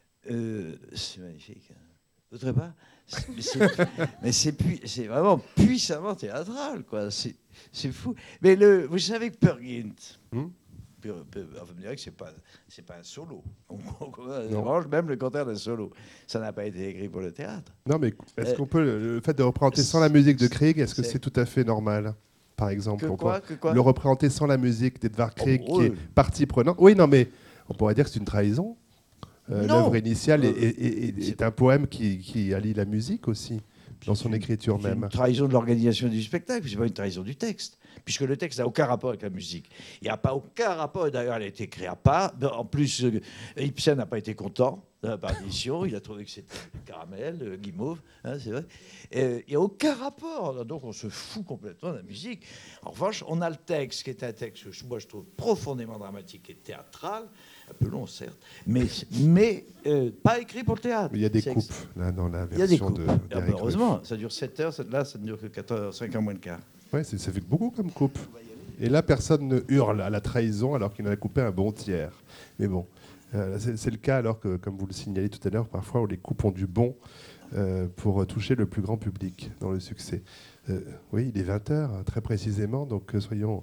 Euh, c'est magnifique. Hein. Vous trouvez pas C'est- mais c'est, mais c'est, pui- c'est vraiment puissamment théâtral, quoi. C'est, c'est fou. Mais le, vous savez que Peer Gynt, Hmm Peer- Peer- enfin, vous me direz que c'est pas, c'est pas un solo. On, on, on range même le contraire d'un solo. Ça n'a pas été écrit pour le théâtre. Non, mais est-ce Euh, qu'on peut, le le fait de représenter sans la musique de Krieg, est-ce que c'est- c'est tout à fait normal, par exemple? Que On quoi, peut que quoi le représenter sans la musique d'Edvard Krieg, Oh, qui est oui. partie prenante. Oui, non, mais on pourrait dire que c'est une trahison. Euh, Non. L'œuvre initiale est, Euh, est- est- est c'est- un poème qui, qui allie la musique aussi, dans son C'est une- écriture C'est même. une trahison de l'organisation du spectacle, c'est pas une trahison du texte, puisque le texte n'a aucun rapport avec la musique. Il n'y a pas aucun rapport, et d'ailleurs elle a été créée à part. En plus, euh, Ibsen n'a pas été content de la partition, il a trouvé que c'était caramel, euh, guimauve, hein, c'est vrai. Et il n'y a aucun rapport, donc on se fout complètement de la musique. En revanche, on a le texte, qui est un texte que je- moi je trouve profondément dramatique et théâtral, un peu long certes, mais, mais euh, pas écrit pour le théâtre. Mais il y a des C'est coupes, ex- là, dans la Il y a des version coupes. de Ah bah, d'Eric Ruff. heureusement, ça dure sept heures, là ça ne dure que quatre heures, cinq heures moins le quart. Ouais, c'est- ça fait beaucoup comme coupe. Et là, personne ne hurle à la trahison alors qu'il en a coupé un bon tiers. Mais bon, euh, c'est c'est le cas alors que, comme vous le signalez tout à l'heure, parfois où les coupes ont du bon euh, pour toucher le plus grand public dans le succès. Euh, oui, il est vingt heures, très précisément, donc euh, soyons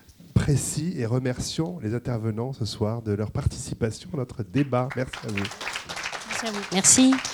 précis et remercions les intervenants ce soir de leur participation à notre débat. Merci à vous. Merci à vous. Merci.